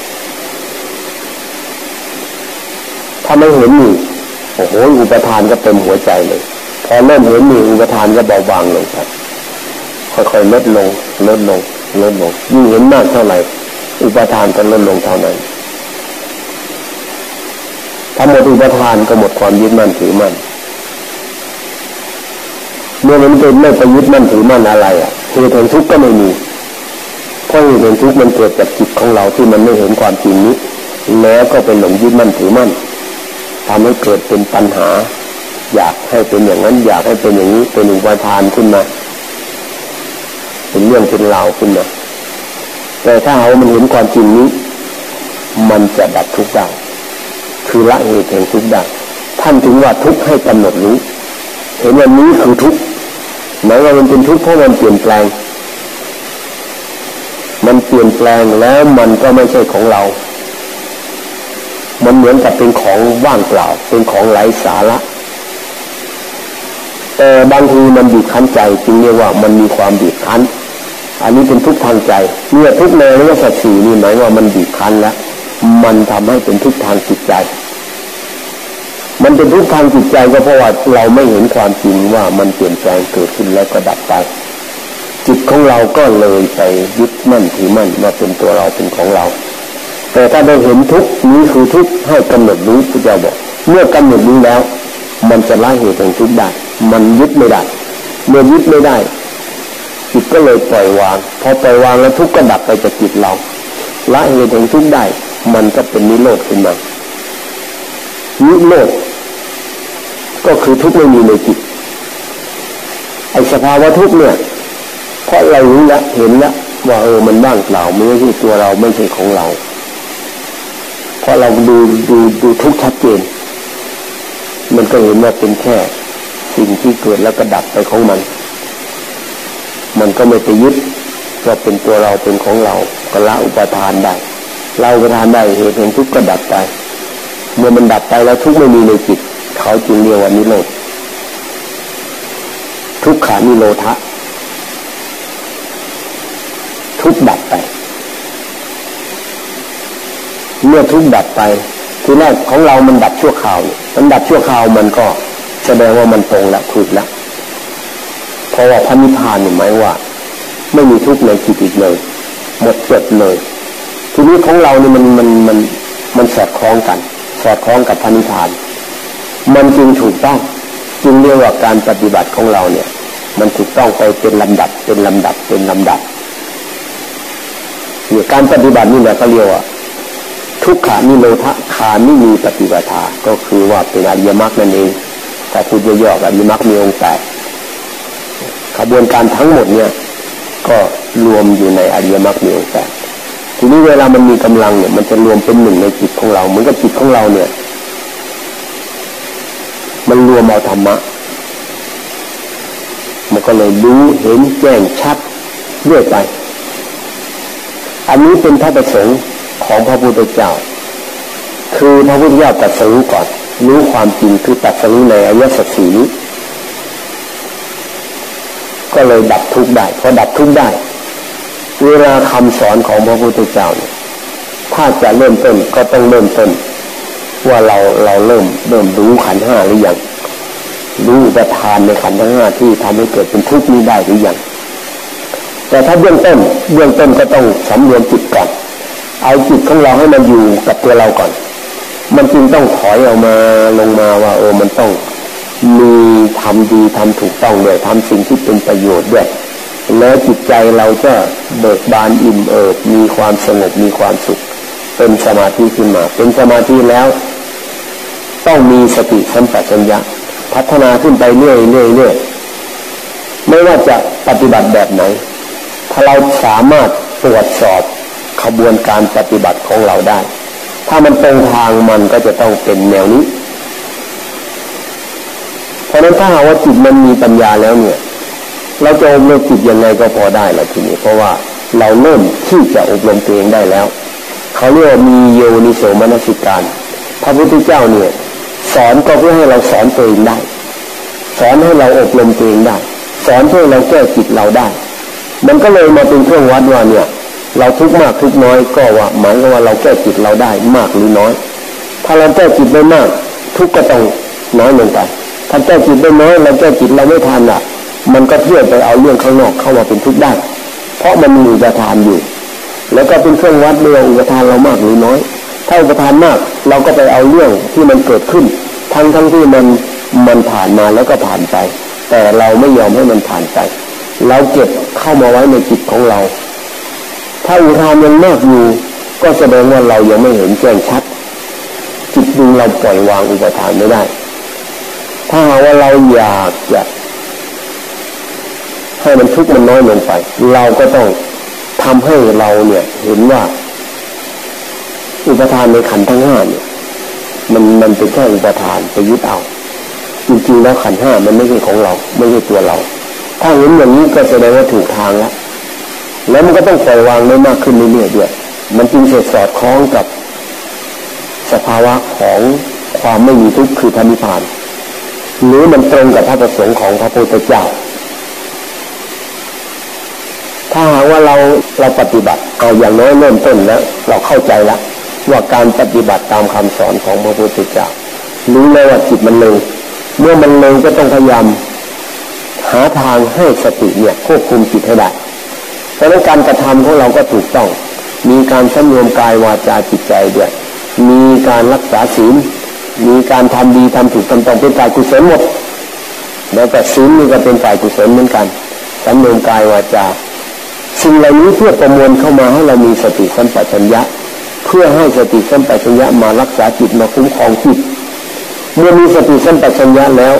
ถ้าไม่เห็นนี่โอ้โหอุปทานก็เต็มหัวใจเลยพอเริ่มเห็นนี่อุปทานก็เบาบางลงครับค่อยๆลดลงยิ่งเห็นมากเท่าไหร่อุปทานก็ลดลงเท่านั้นถ้าหมดอุปทานก็หมดความยึดมั่นถือมั่นเมื่อมันเป็นไม่ไปยึดมั่นถือมั่นอะไรเหตุแห่งทุกข์ก็ไม่มีเพราะเหตุแห่งทุกข์มันเกิดจากจิตของเราที่มันไม่เห็นความจริงนี้แล้วก็ไปหลงยึดมั่นถือมั่นทำให้เกิดเป็นปัญหาอยากให้เป็นอย่างนั้นอยากให้เป็นอย่างนี้เป็นอุปทานขึ้นมาเป็นเรื่องเป็นราวขึ้นมาแต่ถ้าเรามันเห็นความจริงนี้มันจะดับทุกข์ได้คือละเหตุแห่งทุกข์ได้ท่านถึงว่าทุกข์ให้กำหนดรู้เห็นว่านี้คือทุกข์หมายว่ามันเป็นทุกข์เพราะมันเปลี่ยนแปลงแล้วมันก็ไม่ใช่ของเรามันเหมือนกับเป็นของว่างเปล่าเป็นของไร้สาระแต่บางทีมันบีบคั้นใจจึงเรียกว่ามันมีความบีบคั้นอันนี้เป็นทุกข์ทางใจเนี่ยทุกข์ในอริยสัจสี่นี่หมายว่ามันบีบคั้นแล้วมันทำให้เป็นทุกข์ทางจิตใจมันเป็นทุกข์ทางจิตใจก็เพราะว่าเราไม่เห็นความจริงว่ามันเปลี่ยนแปลงเกิดขึ้นแล้วก็ดับไปจิตของเราก็เลยไปยึดมั่นถือมั่นว่าเป็นตัวเราเป็นของเราแต่ถ้าได้เห็นทุกข์นี้คือทุกข์ให้กำหนดรู้พระเจ้าบอกเมื่อกำหนดรู้แล้วมันจะละเหตุแห่งทุกข์ได้มันยึดไม่ได้เมื่อยึดไม่ได้จิตก็เลยปล่อยวางพอปล่อยวางแล้วทุกข์ก็ดับไปจากจิตเราละเหตุแห่งทุกข์ได้มันก็เป็นนิโรธขึ้นมานิโรธก็คือทุกข์ไม่มีในจิตไอ้สภาวะทุกข์เนี่ยเพราะเรารู้แล้วเห็นแล้วว่ามันว่างเปล่าไม่ใช่ตัวเราไม่ใช่ของเราเพราะเราดูทุกข์ชัดเจนมันก็เห็นว่าเป็นแค่สิ่งที่เกิดแล้วก็ดับไปของมันก็ไม่ไปยึดว่าเป็นตัวเราเป็นของเราก็ละอุปทานได้เราอุปทานได้เหตุแห่งทุกข์ก็ดับไปเมื่อมันดับไปแล้วทุกข์ไม่มีในจิตเขาจึงเรียกว่านิโรธทุกขานิโรธะทุกข์ดับไปเมื่อทุกข์ดับไปทีแรกของเรามันดับชั่วคราวมันดับชั่วคราวมันก็แสดงว่ามันตรงแล้วถูกแล้วเพราะว่าพระนิพพานหมายว่าไม่มีทุกข์ในจิตอีกเลยหมดจดเลยทีนี้ของเรานี่มันสอดคล้องกันสอดคล้องกับพระนิพพานมันจึงถูกต้องจึงเรียกว่าการปฏิบัติของเราเนี่ยมันถูกต้องไปเป็นลำดับเนี่ยการปฏิบัตินี่แหละก็เรียกว่าทุกขานิโรธคามินีปฏิปทาก็คือว่าเป็นอริยมรรคนั่นเองแต่พูดย่อๆอริยมรรคมีองค์8ขบวนการทั้งหมดเนี่ยก็รวมอยู่ในอริยมรรคมีองค์8ทีนี้เวลามันมีกำลังเนี่ยมันจะรวมเป็นหนึ่งในจิตของเราเหมือนกับจิตของเราเนี่ยมันรวมเอาธรรมะมันก็เลยรู้เห็นแจ้งชัดเรื่อยไปอันนี้เป็นพระประสงค์ของพระพุทธเจ้าคือพระพุทธเจ้าตรัสรู้ก่อนรู้ความจริงคือตรัสรู้ในอริยสัจสี่นี้ก็เลยดับทุกข์ได้พอดับทุกข์ได้เวลาคำสอนของพระพุทธเจ้าเนี่ยถ้าจะเริ่มต้นก็ต้องเริ่มต้นว่าเราเริ่มรู้ขันธ์ห้าหรือยังรู้อุปทานในขันธ์ทั้งห้าที่ทำให้เกิดเป็นทุกข์นี้ได้หรือยังแต่ถ้าเบื้องต้นก็ต้องสำรวมจิตก่อนเอาจิตของเราให้มันอยู่กับตัวเราก่อนมันจึงต้องถอยออกมาลงมาว่ามันต้องมีทำดีทำถูกต้องด้วยทำสิ่งที่เป็นประโยชน์ด้วยแล้วจิตใจเราจะเบิกบานอิ่มเอิบมีความสงบมีความสุขเป็นสมาธิขึ้นมาเป็นสมาธิแล้วต้องมีสติสัมปชัญญะพัฒนาขึ้นไปเรื่อยไม่ว่าจะปฏิบัติแบบไหนถ้าเราสามารถตรวจสอบขบวนการปฏิบัติของเราได้ถ้ามันตรงทางมันก็จะต้องเป็นแนวนี้เพราะฉะนั้นถ้าหากว่าจิตมันมีปัญญาแล้วเนี่ยเราจะอบรมจิตยังไงก็พอได้แล้วทีนี้เพราะว่าเราเริ่มที่จะอบรมตัวเองได้แล้วเขาเรียกว่ามีโยนิโสมนสิการพระพุทธเจ้าเนี่ยสอนก็เพื่อให้เราสอนตัวเองได้สอนให้เราอบรมตัวเองได้สอนเพื่อเราแก้จิตเราได้มันก็เลยมาเป็นเครื่องวัดว่าเนี่ยเราทุกข์มากทุกข์น้อยก็ว่าหมายว่าเราแก้จิตเราได้มากหรือน้อยถ้าเราแก้จิตได้มากทุกข์ก็ต้องน้อยลงไปถ้าแก้จิตได้น้อยเราแก้จิตเราไม่ทันมันก็เที่ยวไปเอาเรื่องข้างนอกเข้ามาเป็นทุกข์ได้เพราะมันมีอุปทานอยู่แล้วก็เป็นเครื่องวัดด้วยอุปทานเรามากหรือน้อยถ้าอุปทานมากเราก็ไปเอาเรื่องที่มันเกิดขึ้นทั้งที่มันผ่านมาแล้วก็ผ่านไปแต่เราไม่ยอมให้มันผ่านไปเราเก็บเข้ามาไว้ในจิตของเราถ้าอุปทานยังมากอยู่ก็แสดงว่าเรายังไม่เห็นแจ้งชัดจิตดึงเราปล่อยวางอุปทานไม่ได้ถ้าหากว่าเราอยากจะใให้มันทุกข์มันน้อยลงไปเราก็ต้องทำให้เราเนี่ยเห็นว่าอุปทานในขันธ์ทั้งห้าเนี่ยมันเป็นแค่อุปทานไปยึดเอาจริงๆแล้วขันธ์ห้ามันไม่ใช่ของเราไม่ใช่ตัวเราถ้าเห็นอย่างนี้ก็แสดงว่าถูกทางแล้วมันก็ต้องปล่อยวางได้มากขึ้นเรื่อยๆด้วยมันจึงสอดคล้องกับสภาวะของความไม่มีทุกข์คือพระนิพพานหรือมันตรงกับพระประสงค์ของพระพุทธเจ้าถ้าหากว่าเราปฏิบัติเอาอย่างน้อยเริ่มต้นแล้วเราเข้าใจแล้วว่าการปฏิบัติตามคำสอนของพระพุทธเจ้ารู้แล้วว่าจิตมันเลยเมื่อมันเลยก็ต้องพยายามหาทางให้สติเนี่ยควบคุมจิตให้ได้เพราะฉะนั้นการกระทำของเราก็ถูกต้องมีการสำรวมกายวาจาจิตใจด้วยมีการรักษาศีลมีการทำดีทำถูกทำตรงเป็นฝ่ายกุศลหมดแล้วแต่ศีลนี่ก็เป็นฝ่ายกุศลเหมือนกันสำรวมกายวาจาสิ่งเหล่านี้เพื่อประมวลเข้ามาให้เรามีสติสัมปชัญญะเพื่อให้สติสัมปชัญญะมารักษาจิตมาคุ้มครองจิตเมื่อมีสติสัมปชัญญะแล้ว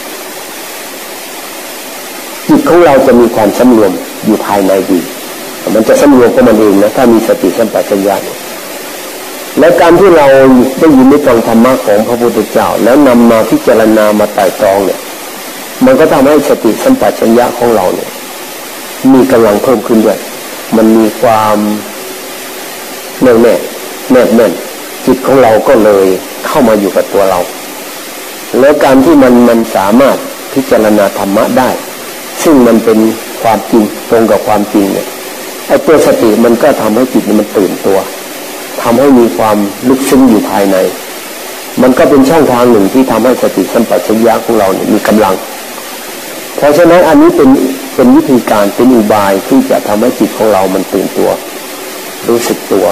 จิตของเราจะมีความสำรวมอยู่ภายในดีมันจะสำรวมของมันเองนะถ้ามีสติสัมปชัญญะและการที่เราได้ยินได้ฟังธรรมะของพระพุทธเจ้าแล้วนำมาพิจารณามาไตร่ตรองเนี่ยมันก็ทำให้สติสัมปชัญญะของเราเนี่ยมีกำลังเพิ่มขึ้นด้วยมันมีความแน่วแน่แนบแน่นจิตของเราก็เลยเข้ามาอยู่กับตัวเราแล้วการที่มันสามารถพิจารณาธรรมะได้ซึ่งมันเป็นความจริงตรงกับความจริงเนี่ยไอ้ตัวสติมันก็ทำให้จิตมันตื่นตัวทำให้มีความลึกซึ้งอยู่ภายในมันก็เป็นช่องทางหนึ่งที่ทำให้สติสัมปชัญญะของเราเนี่ยมีกำลังเพราะฉะนั้นอันนี้เป็นวิธีการเป็นอุบายที่จะทำให้จิตของเรามันตื่นตัวรู้สึกตัว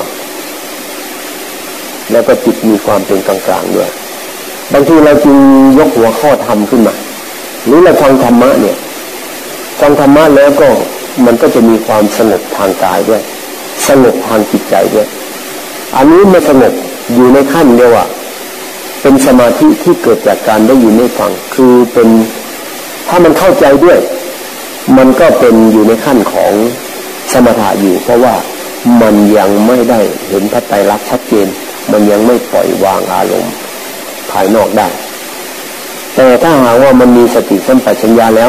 แล้วก็จิตมีความเป็นกลางๆด้วยบางทีเราจึงยกหัวข้อธรรมขึ้นมาหรือเราฟังธรรมะเนี่ยฟังธรรมะแล้วก็มันก็จะมีความสงบทางกายด้วยสงบทางจิตใจด้วยอันนี้ไม่สงบอยู่ในขั้นเดียวว่าเป็นสมาธิที่เกิดจากการได้ยินได้ฟังคือเป็นถ้ามันเข้าใจด้วยมันก็เป็นอยู่ในขั้นของสมถะอยู่เพราะว่ามันยังไม่ได้เห็นพระไตรลักษณ์ชัดเจนมันยังไม่ปล่อยวางอารมณ์ภายนอกได้แต่ถ้าหากว่ามันมีสติสัมปชัญญะแล้ว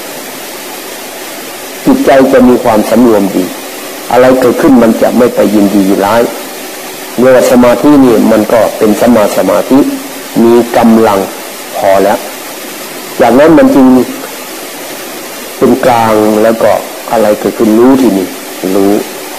จิตใจจะมีความสำรวมดีอะไรเกิดขึ้นมันจะไม่ไปยินดียินร้ายเมื่อสมาธินี่มันก็เป็นสัมมาสมาธิมีกำลังพอแล้วจากนั้นมันจึงเป็นกลางแล้วก็อะไรเกิดขึ้นรู้ที่นี่รู้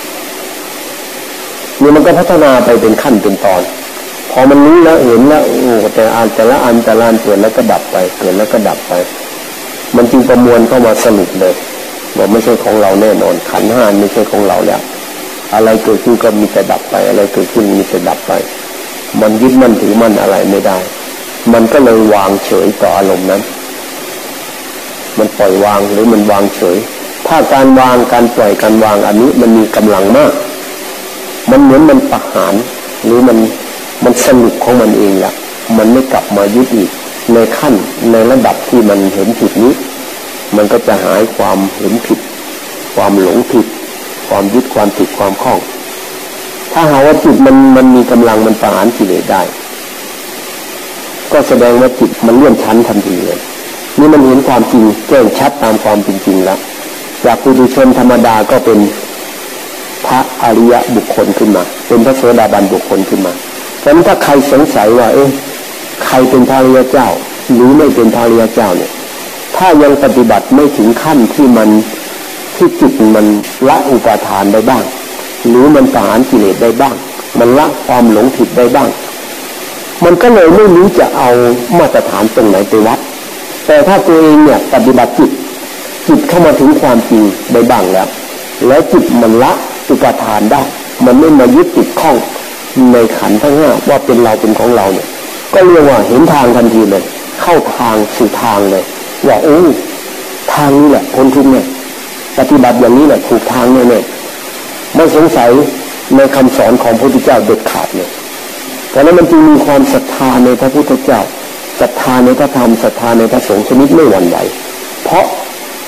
นี่มันก็พัฒนาไปเป็นขั้นเป็นตอนพอมันรู้แล้วเห็นแล้วโอ้แต่ละอันเกิดแล้วก็ดับไปเกิดแล้วก็ดับไปมันจึงประมวลเข้ามาสรุปเลยว่าไม่ใช่ของเราแน่นอนขันธ์ห้าไม่ใช่ของเราแล้วอะไรเกิดขึ้นก็มีแต่ดับไปอะไรเกิดขึ้นมีแต่ดับไปมันยึดมั่นถือมั่นอะไรไม่ได้มันก็เลยวางเฉยต่ออารมณ์นั้นมันปล่อยวางหรือมันวางเฉยถ้าการวางการปล่อยการวางอันนี้มันมีกำลังมากมันเหมือนมันประหารหรือมันสรุปของมันเองแหละมันไม่กลับมายึดอีกในขั้นในระดับที่มันเห็นผิดนี้มันก็จะหายความเห็นผิดความหลงผิดความยึดความติดความคล้องถ้าหาว่าจิตมันมีกำลังมันประหารกิเลสได้ก็แสดงว่าจิตมันเลื่อนชั้นทันทีเลยนี่มันเห็นความจริงแจ้งชัดตามความเป็นจริงแล้วจากปุถุชนธรรมดาก็เป็นพระอริยบุคคลขึ้นมาเป็นพระโสดาบันบุคคลขึ้นมาเพราะฉะนั้นถ้าใครสงสัยว่าใครเป็นพระอริยเจ้าหรือไม่เป็นพระอริยเจ้าเนี่ยถ้ายังปฏิบัติไม่ถึงขั้นที่จิตมันละอุปาทานได้บ้างหรือมันประหารกิเลสได้บ้างมันละความหลงผิดได้บ้างมันก็เลยไม่รู้จะเอามาตรฐานตรงไหนไปวัดแต่ถ้าตัวเองเนี่ยปฏิบัติจิตเข้ามาถึงความจริงได้บ้างแล้วจิตมันละอุปาทานได้มันไม่มายึดติดข้องในขันธ์ทั้งห้าว่าเป็นเราเป็นของเราเนี่ยก็เรียกว่าเห็นทางทันทีเลยเข้าทางสู่ทางเลยว่าทางนี้แหละพ้นทุกข์เนี่ยปฏิบัติอย่างนี้แหละถูกทางแน่ๆไม่สงสัยในคำสอนของพระพุทธเจ้าเด็ดขาดเลยเพราะนั้นมันจึงมีความศรัทธาในพระพุทธเจ้าศรัทธาในพระธรรมศรัทธาในพระสงฆ์ชนิดไม่หวั่นไหวเพราะ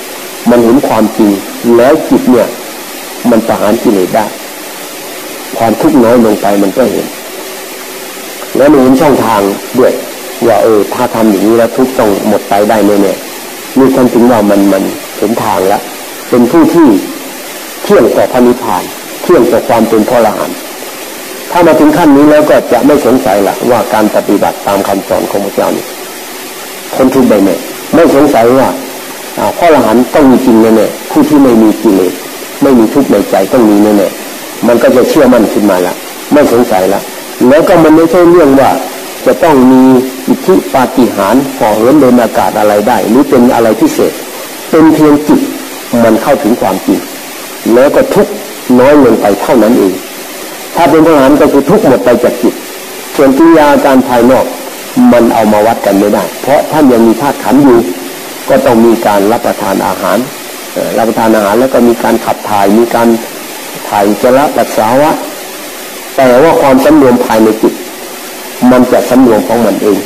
มันเห็นความจริงแล้วจิตเนี่ยมันประหารกิเลสได้ความทุกข์น้อยลงไปมันก็เห็นแล้วมันเห็นช่องทางด้วยว่าถ้าทำอย่างนี้แล้วทุกข์ต้องหมดไปได้แน่ๆนี่ท่านถึงว่ามันเห็นทางแล้วเป็นผู้ที่เที่ยงต่อพระนิพพานเที่ยงต่อความเป็นพระอรหันต์ถ้ามาถึงขั้นนี้แล้วก็จะไม่สงสัยละว่าการปฏิบัติตามคำสอนของพระเจ้านี่พ้นทุกข์ได้แน่ไม่สงสัยว่าพระอรหันต์ต้องมีจริงแน่ๆผู้ที่ไม่มีกิเลสไม่มีทุกข์ในใจต้องมีแน่ๆมันก็จะเชื่อมั่นขึ้นมาละไม่สงสัยละแล้วก็มันไม่ใช่เรื่องว่าจะต้องมีอิทธิปาฏิหาริย์ห่อเหินเดินอากาศอะไรได้หรือเป็นอะไรพิเศษเป็นเพียงจิตมันเข้าถึงความจริงแล้วก็ทุกข์น้อยลงไปเท่านั้นเองถ้าเป็นพระอรหันต์ก็คือทุกข์หมดไปจากจิตส่วนกิริยาการภายนอกมันเอามาวัดกันไม่ได้เพราะท่านยังมีธาตุขันธ์อยู่ก็ต้องมีการรับประทานอาหารรับประทานอาหารแล้วก็มีการขับถ่ายมีการถ่ายอุจจาระปัสสาวะแต่ว่าความสำรวมภายในจิตมันจะสำรวมของมันเอง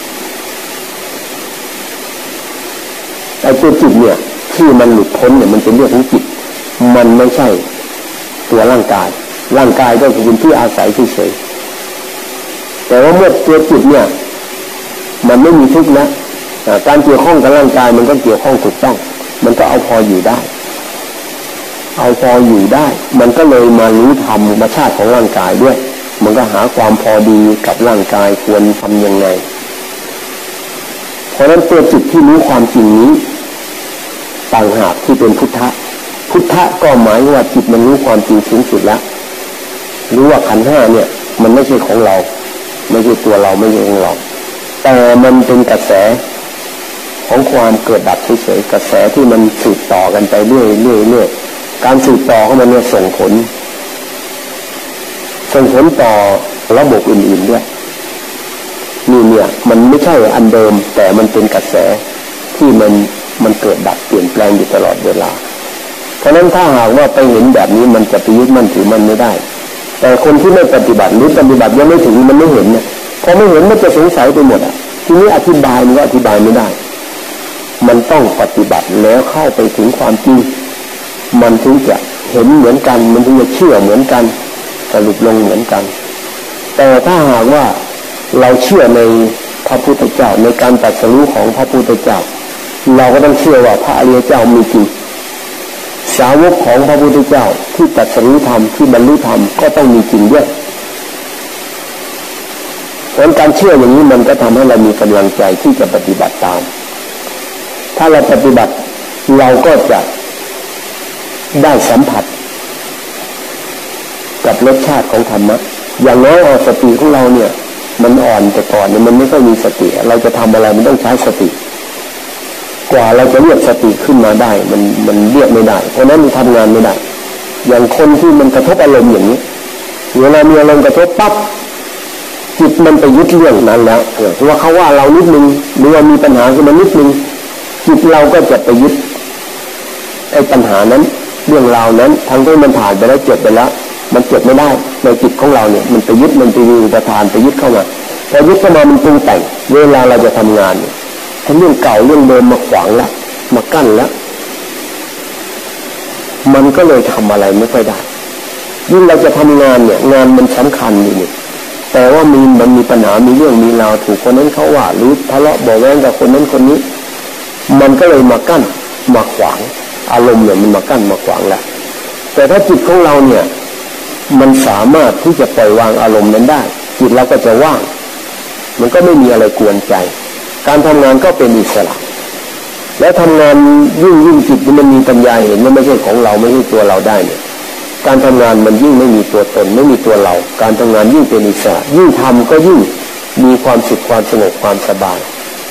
ไอ้ตัวจิตเนี่ยที่มันหลุดพ้นเนี่ยมันเป็นเรื่องของจิตมันไม่ใช่ตัวร่างกายก็คือเป็นที่อาศัยเฉยๆแต่ว่าเมื่อตัวจิตเนี่ยมันไม่มีทุกข์นะการเกี่ยวข้องกับร่างกายมันก็เกี่ยวข้องถูกต้องมันก็เอาพออยู่ได้มันก็เลยมารู้ธรรมชาติของร่างกายด้วยมันก็หาความพอดีกับร่างกายควรทำยังไงเพราะฉะนั้นตัวจิตที่รู้ความจริงนี้ต่างหากที่เป็นพุทธะก็หมายว่าจิตมันรู้ความจริงสูงสุดแล้วรู้ว่าขันธ์ห้าเนี่ยมันไม่ใช่ของเราไม่ใช่ตัวเราไม่ใช่ของเราแต่มันเป็นกระแสของความเกิดดับเฉยๆกระแสที่มันสืบต่อกันไปเรื่อยๆการสืบต่อของมันเนี่ยส่งผลต่อระบบอื่นๆด้วยนี่เนี่ยมันไม่ใช่อันเดิมแต่มันเป็นกระแสที่มันเกิดดับเปลี่ยนแปลงอยู่ตลอดเวลาเพราะนั้นถ้าหากว่าไปเห็นแบบนี้มันจะไปยึดมั่นถือมันไม่ได้แต่คนที่ไม่ปฏิบัติหรือปฏิบัติยังไม่ถึงมันไม่เห็นเนี่ยพอไม่เห็นมันจะสงสัยไปหมดทีนี้อธิบายมันก็อธิบายไม่ได้มันต้องปฏิบัติแล้วเข้าไปถึงความจริงมันถึงจะเห็นเหมือนกันมันถึงจะเชื่อเหมือนกันสรุปลงเหมือนกันแต่ถ้าหากว่าเราเชื่อในพระพุทธเจ้าในการตรัสรู้ของพระพุทธเจ้าเราก็ต้องเชื่อว่าพระอริยเจ้ามีจริงสาวกของพระพุทธเจ้าที่ตรัสรู้ธรรมที่บรรลุธรรมก็ต้องมีจริงด้วยเพราะการเชื่ออย่างนี้มันก็ทำให้เรามีกำลังใจที่จะปฏิบัติตามถ้าเราปฏิบัติเราก็จะได้สัมผัสกับรสชาติของธรรมะอย่างน้อยสติของเราเนี่ยมันอ่อนแต่ก่อนเนี่ยมันไม่ค่อยมีสติเราจะทำอะไรมันต้องใช้สติกว่าเราจะเรียกสติขึ้นมาได้มันเรียกไม่ได้เพราะนั้นมันทำงานไม่ได้อย่างคนที่มันกระทบอารมณ์อย่างนี้เวลามีอารมณ์กระทบปั๊บจิตมันไปยึดเรื่องนั้นแล้วว่าเขาว่าเรานิดนึงหรือว่ามีปัญหาขึ้นมานิดนึงจิตเราก็จะไปยึดไอ้ปัญหานั้นเรื่องราวนั้นทั้งที่มันผ่านไปแล้วจบไปแล้วมันจบไม่ได้ในจิตของเราเนี่ยมันไปยึดมันไปมีอุปทานไปยึดเข้ามาพอยึดเข้ามามันปรุงแต่งเวลาเราจะทำงานเนี่ยเรื่องเก่าเรื่องเดิมมาขวางแล้วมากั้นแล้วมันก็เลยทำอะไรไม่ค่อยได้ยิ่งเราจะทำงานเนี่ยงานมันสำคัญนี่แต่ว่ามันมีปัญหามีเรื่องมีราวถูกคนนั้นเขาว่าหรือทะเลาะเบาะแว้งกับคนนั้นคนนี้มันก็เลยมากั้นมาขวางอารมณ์เนี่ยมันมากั้นมาขวางแล้วแต่ถ้าจิตของเราเนี่ยมันสามารถที่จะปล่อยวางอารมณ์นั้นได้จิตเราก็จะว่างมันก็ไม่มีอะไรกวนใจการทำงานก็เป็นอิสระและทำงานยิ่งจิตมันมีปัญญาเห็นว่าไม่ใช่ของเราไม่ใช่ตัวเราได้เนี่ยการทำงานมันยิ่งไม่มีตัวตนไม่มีตัวเราการทำงานยิ่งเป็นอิสระยิ่งทำก็ยิ่งมีความสุขความสงบความสบาย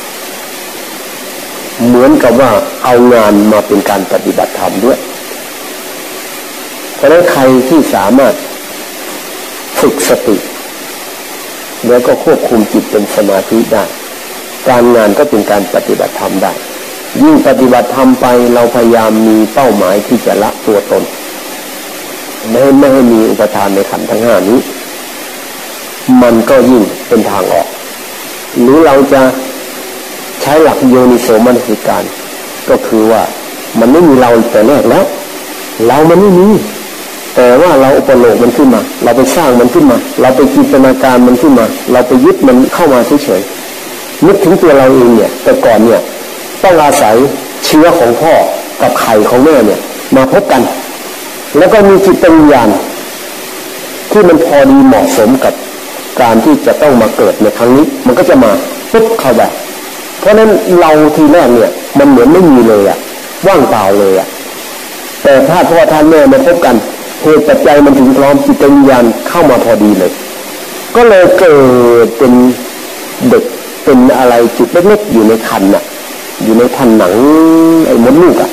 เหมือนกับว่าเอางานมาเป็นการปฏิบัติธรรมด้วยเพราะฉะนั้นใครที่สามารถฝึกสติแล้วก็ควบคุมจิตเป็นสมาธิได้การงานก็เป็นการปฏิบัติธรรมได้ยิ่งปฏิบัติธรรมไปเราพยายามมีเป้าหมายที่จะละตัวตนไม่ให้มีอุปทานในขันธ์ทั้งห้านี้มันก็ยิ่งเป็นทางออกหรือเราจะใช้หลักโยนิโสมนสิการก็คือว่ามันไม่มีเราแต่แรกแล้วเรามันไม่มีแต่ว่าเราอุปโลกมันขึ้นมาเราไปสร้างมันขึ้นมาเราไปจินตนาการมันขึ้นมาเราไปยึดมันเข้ามาเฉยๆนึกถึงตัวเราเองเนี่ยแต่ก่อนเนี่ยต้องอาศัยเชื้อของพ่อกับไข่ของแม่เนี่ยมาพบกันแล้วก็มีจิตวิญญาณที่มันพอดีเหมาะสมกับการที่จะต้องมาเกิดในครั้งนี้มันก็จะมาปุ๊บเข้าไปเพราะนั้นเราทีแรกเนี่ยมันเหมือนไม่มีเลยอ่ะว่างเปล่าเลยอ่ะแต่ถ้าพ่อท่านแม่มาพบกันเหตุปัจจัยมันถึงพร้อมจิตวิญญาณเข้ามาพอดีเลยก็เลยเกิดเป็นเด็กเป็นอะไรจุดเล็กๆอยู่ในคันน่ะอยู่ในทันหนังไอ้มดลูกอ่ะ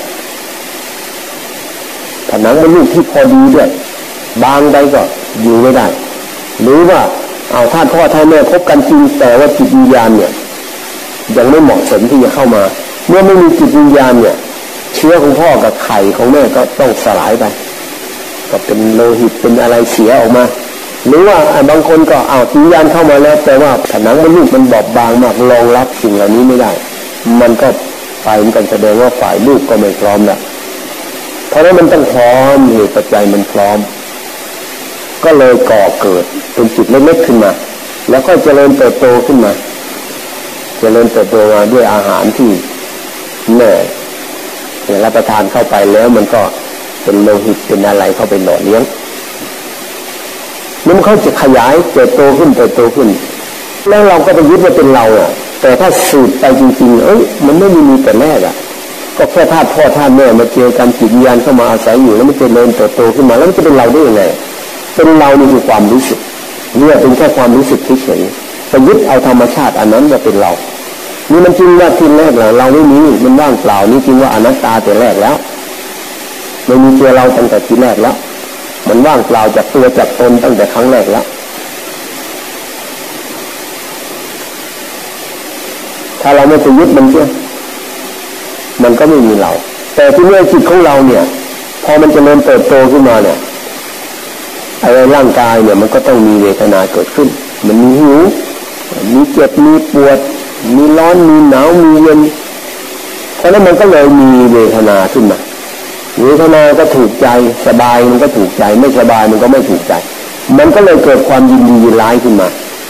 ทันหนังมดลูกที่พอดีด้วยบางใดก็อยู่ไม่ได้หรือว่าเอาท่านพ่อท่านแม่พบกันจริงแต่ว่าจิตวิญญาณเนี่ยยังไม่เหมาะสมที่จะเข้ามาเมื่อไม่มีจิตวิญญาณเนี่ยเชื้อของพ่อกับไข่ของแม่ก็ต้องสลายไปก็เป็นโลหิตเป็นอะไรเสียออกมาหรือว่าบางคนก็เอาจิตวิญญาณเข้ามาแล้วแต่ว่าผนังมดลูกมันบอบบางมากรองรับสิ่งเหล่านี้ไม่ได้มันก็ไปเหมือนกันแสดงว่าฝ่ายลูกก็ไม่พร้อมแล้วเพราะฉะนั้นมันต้องพร้อมเหตุปัจจัยมันพร้อมก็เลยก่อเกิดเป็นจุดเล็กๆขึ้นมาแล้วก็เจริญเติบโตขึ้นมาเจริญเติบโตมาด้วยอาหารที่แม่รับประทานเข้าไปแล้วมันก็เป็นโลหิตเป็นอะไรเข้าไปหล่อเลี้ยงมันเขาจะขยายเติบโตขึ้นแล้วเราก็ไปยึดว่าเป็นเราอ่ะแต่ถ้าสูตรไปจริงๆมันไม่มีแต่แรกอ่ะก็แค่ธาตุพ่อธาตุแม่มาเจอกันจิตวิญญาณเข้ามาอาศัยอยู่แล้วมันจะเจริญเติบโตขึ้นมาแล้วมันจะเป็นเราได้ยังไงเป็นเรานี่คือความรู้สึกเนี่ยเป็นแค่ความรู้สึกเฉยๆไปยึดเอาธรรมชาติอันนั้นว่าเป็นเรานี่มันจริงว่าทีแรกเราไม่มีมันว่างเปล่านี่จริงว่าอนัตตาแต่แรกแล้วไม่มีตัวเราตั้งแต่ทีแรกแล้วมันว่างเปล่าจากตัวจากตนตั้งแต่ครั้งแรกแล้วถ้าเราไม่ไปยึดมันเสียมันก็ไม่มีเราแต่ที่เมื่อจิตของเราเนี่ยพอมันจะเริ่มเติบโตขึ้นมาเนี่ยอะไรร่างกายเนี่ยมันก็ต้องมีเวทนาเกิดขึ้นมันมีหิวมีเจ็บมีปวดมีร้อนมีหนาวมีเย็นเพราะนั้นมันก็เลยมีเวทนาขึ้นมาเวทนาก็ถูกใจสบายมันก็ถูกใจไม่สบายมันก็ไม่ถูกใจมันก็เลยเกิดความยินดียินร้ายขึ้นมา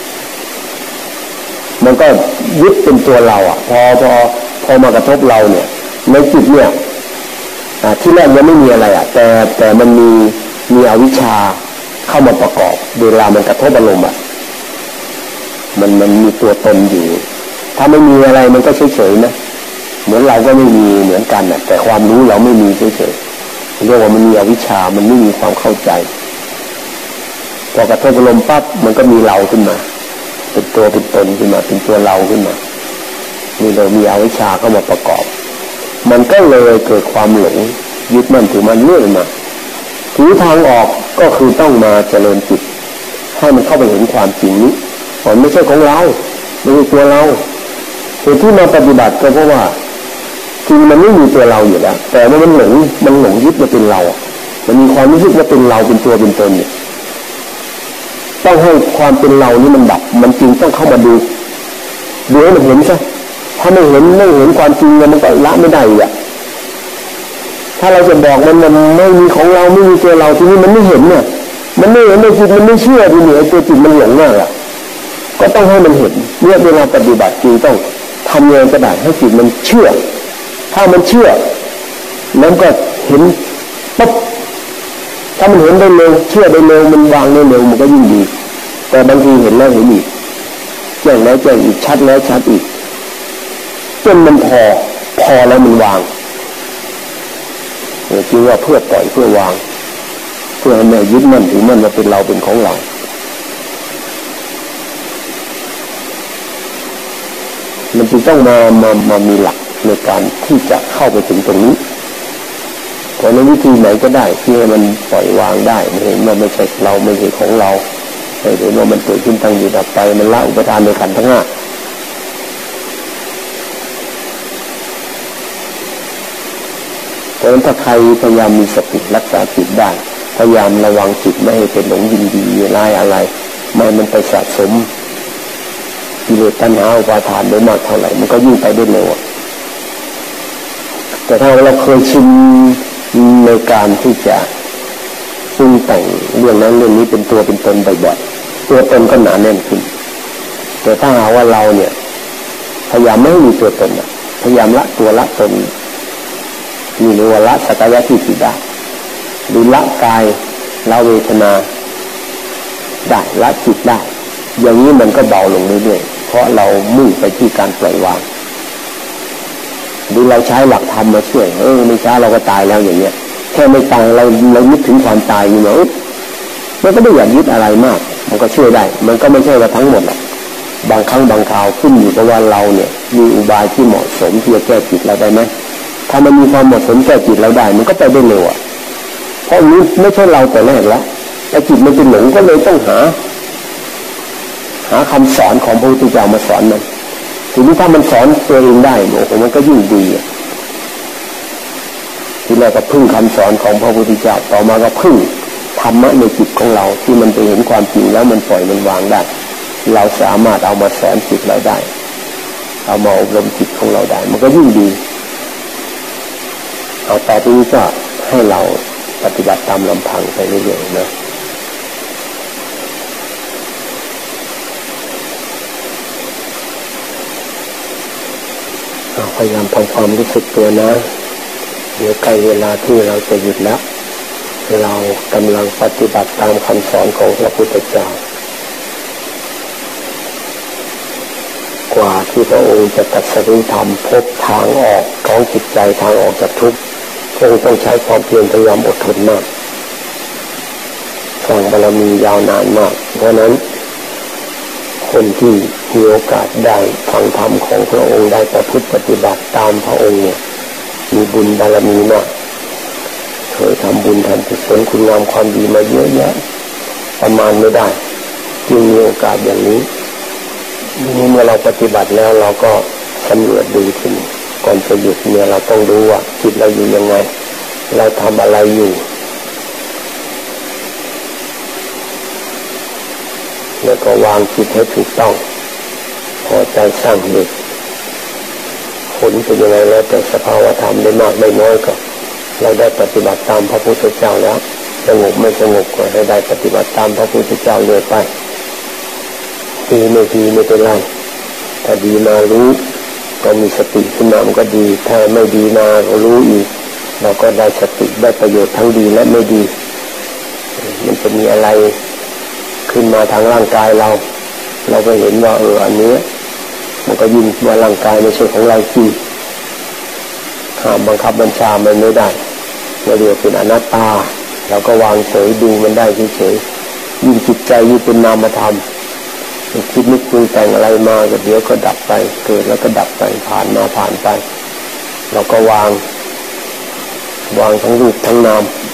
มันก็ยึดเป็นตัวเราอ่ะพอมากระทบเราเนี่ยในจิตเนี่ยที่แรกยังไม่มีอะไรอ่ะแต่มันมีอวิชชาเข้ามาประกอบเวลามันกระทบอารมณ์อ่ะมันมีตัวตนอยู่ถ้าไม่มีอะไรมันก็เฉยๆนะเหมือนเราก็ไม่มีเหมือนกันน่ะแต่ความรู้เราไม่มีเฉยๆเรียกว่ามันมีอวิชชามันไม่มีความเข้าใจพอกระทบอารมณ์ปั๊บมันก็มีเราขึ้นมาเป็นตัวเป็นตนขึ้นมาเป็นตัวเราขึ้นมานี่เรามีอวิชชาเข้ามาประกอบมันก็เลยเกิดความหลงยึดมั่นถือมันเรื่อยมาถือทางออกก็คือต้องมาเจริญจิตให้มันเข้าไปเห็นความจริงนี้มันไม่ใช่ของเราไม่ใช่ตัวเราเหตุที่มาปฏิบัติก็เพราะว่าจริงมันไม่มีตัวเราอยู่แล้วแต่มันหลงยึดมาเป็นเรามันมีความรู้สึกว่าเป็นเราเป็นตัวเป็นตนเนี่ยต้องให้ความเป็นเรานี่มันดับมันจริงต้องเข้ามาดูให้มันเห็นซะถ้าไม่เห็นความจริงมันก็ละไม่ได้อ่ะถ้าเราจะบอกมันไม่มีของเราไม่มีตัวเราทีนี้มันไม่เห็นเนี่ยมันไม่เห็นในจิตมันไม่เชื่อทีนี้ไอ้ตัวจิตมันหลงมากอ่ะก็ต้องให้มันเห็นเนี่ยเวลาปฏิบัติจริงต้องทำยังไงก็ได้ให้จิตมันเชื่อถ้ามันเชื่อแล้วก็เห็นปั๊บถ้ามันเห็นได้เร็วเชื่อได้เร็วมันวางได้เร็วมันก็ยิ่งดีแต่บางทีเห็นแล้วเห็นอีกแจ้งแล้วแจ้งอีกชัดแล้วชัดอีกจนมันพอแล้วมันวางจริงว่าเพื่อปล่อยเพื่อวางเพื่อให้ไม่ยึดมั่นถือมั่นว่าเป็นเราเป็นของเรามันจึงต้องมามีหลักในการที่จะเข้าไปถึงตรงนี้เพราะในวิธีไหนก็ได้ที่ให้มันปล่อยวางได้เห็นว่าไม่ใช่เราไม่ใช่ของเราเห็นว่ามันเกิดขึ้นตั้งอยู่ดับไปมันละอุปทานในขันธ์ทั้งห้าเพราะฉะนั้นถ้าใครพยายามมีสติรักษาจิตได้พยายามระวังจิตไม่ให้เป็นหลงยินดีร้ายอะไรไม่มันไปสะสมกิเลสตัณหาอุปาทานได้มากเท่าไหร่มันก็ยิ่งไปได้เร็วแต่ถ้าเราเคยชินในการที่จะปรุงแต่งเรื่องนั้นเรื่องนี้เป็นตัวเป็นตนบ่อยๆตัวตนก็หนาแน่นขึ้นแต่ถ้าหากว่าเราเนี่ยพยายามไม่มีตัวตนพยายามละตัวละตนมีเรียกว่าละสักกายทิฏฐิได้หรือละกายละเวทนาได้ละจิตได้อย่างนี้มันก็เบาลงเรื่อยๆเพราะเรามุ่งไปที่การปล่อยวางดูเราใช้หลักธรรมมาช่วยไม่ช้าเราก็ตายแล้วอย่างเงี้ยแค่ไม่ตายเรานึกถึงความตายอยู่นะมันก็ไม่อยากยึดอะไรมากมันก็ช่วยได้มันก็ไม่ใช่ว่าทั้งหมดหรอกบางครั้งบางคราวขึ้นอยู่กับว่าเราเนี่ยมีอุบายที่เหมาะสมที่จะแก้จิตเราได้ไหมถ้ามันมีความเหมาะสมแก้จิตเราได้มันก็ไปได้เร็วเพราะนี้ไม่ใช่เราแต่แรกแล้วไอ้จิตมันเป็นหลงก็เลยต้องหาคำสอนของพระพุทธเจ้ามาสอนมันทีนี้ถ้ามันสอนตัวเองได้โอ้โหมันก็ยิ่งดีทีแรกก็พึ่งคำสอนของพระพุทธเจ้าต่อมาก็พึ่งธรรมะในจิตของเราที่มันไปเห็นความจริงแล้วมันปล่อยมันวางได้เราสามารถเอามาสอนจิตเราได้เอามาอบรมจิตของเราได้มันก็ยิ่งดีเอาต่อไปนี้ก็ให้เราปฏิบัติตามลำพังไปเรื่อยๆนะพยายามทำความรู้สึกตัวนะเดี๋ยวใกล้เวลาที่เราจะหยุดแล้วเรากำลังปฏิบัติตามคำสอนของพระพุทธเจ้ากว่าที่พระองค์จะตรัสรู้ธรรมพบทางออกของจิตใจทางออกจากทุกข์พระองค์ต้องใช้ความเพียรพยายามอดทนมากสร้างบารมียาวนานมากเพราะนั้นคนที่มีโอกาสได้ฟังธรรมของพระองค์ได้ประพฤติปฏิบัติตามพระองค์เนี่ยมีบุญบารมีมากเคยทำบุญทำกุศลคุณงามความดีมาเยอะแยะประมาณไม่ได้จึงมีโอกาสอย่างนี้นี่เมื่อเราปฏิบัติแล้วเราก็สำรวจดูทีนี้ก่อนจะหยุดเนี่ยเราต้องดูว่าจิตเราอยู่ยังไงเราทำอะไรอยู่แล้วก็วางจิตให้ถูกต้องพอใจสร้างเหตุผลเป็นยังไงแล้วแต่สภาวธรรมได้มากได้น้อยก็เราได้ปฏิบัติตามพระพุทธเจ้าแล้วสงบไม่สงบก็ได้ปฏิบัติตามพระพุทธเจ้าเรื่อยไปดีไม่ดีไม่เป็นไรถ้าดีมารู้ก็มีสติขึ้นมามันก็ดีถ้าไม่ดีมาก็รู้อีกเราก็ได้สติได้ประโยชน์ทั้งดีและไม่ดีมันจะมีอะไรขึ้นมาทางร่างกายเราก็เห็นว่าอันนี้มันก็ยิ่งว่าร่างกายไม่ใช่ของเราจริงห้ามบังคับบัญชามันไม่ได้เราเรียกเป็นอนัตตาเราก็วางเฉยดูมันได้เฉยๆยิ่งจิตใจยิ่งเป็นนามธรรมคิดนึกปรุงแต่งอะไรมาก็เดี๋ยวก็ดับไปเกิดแล้วก็ดับไปผ่านมาผ่านไปเราก็วางทั้งรูปทั้งนาม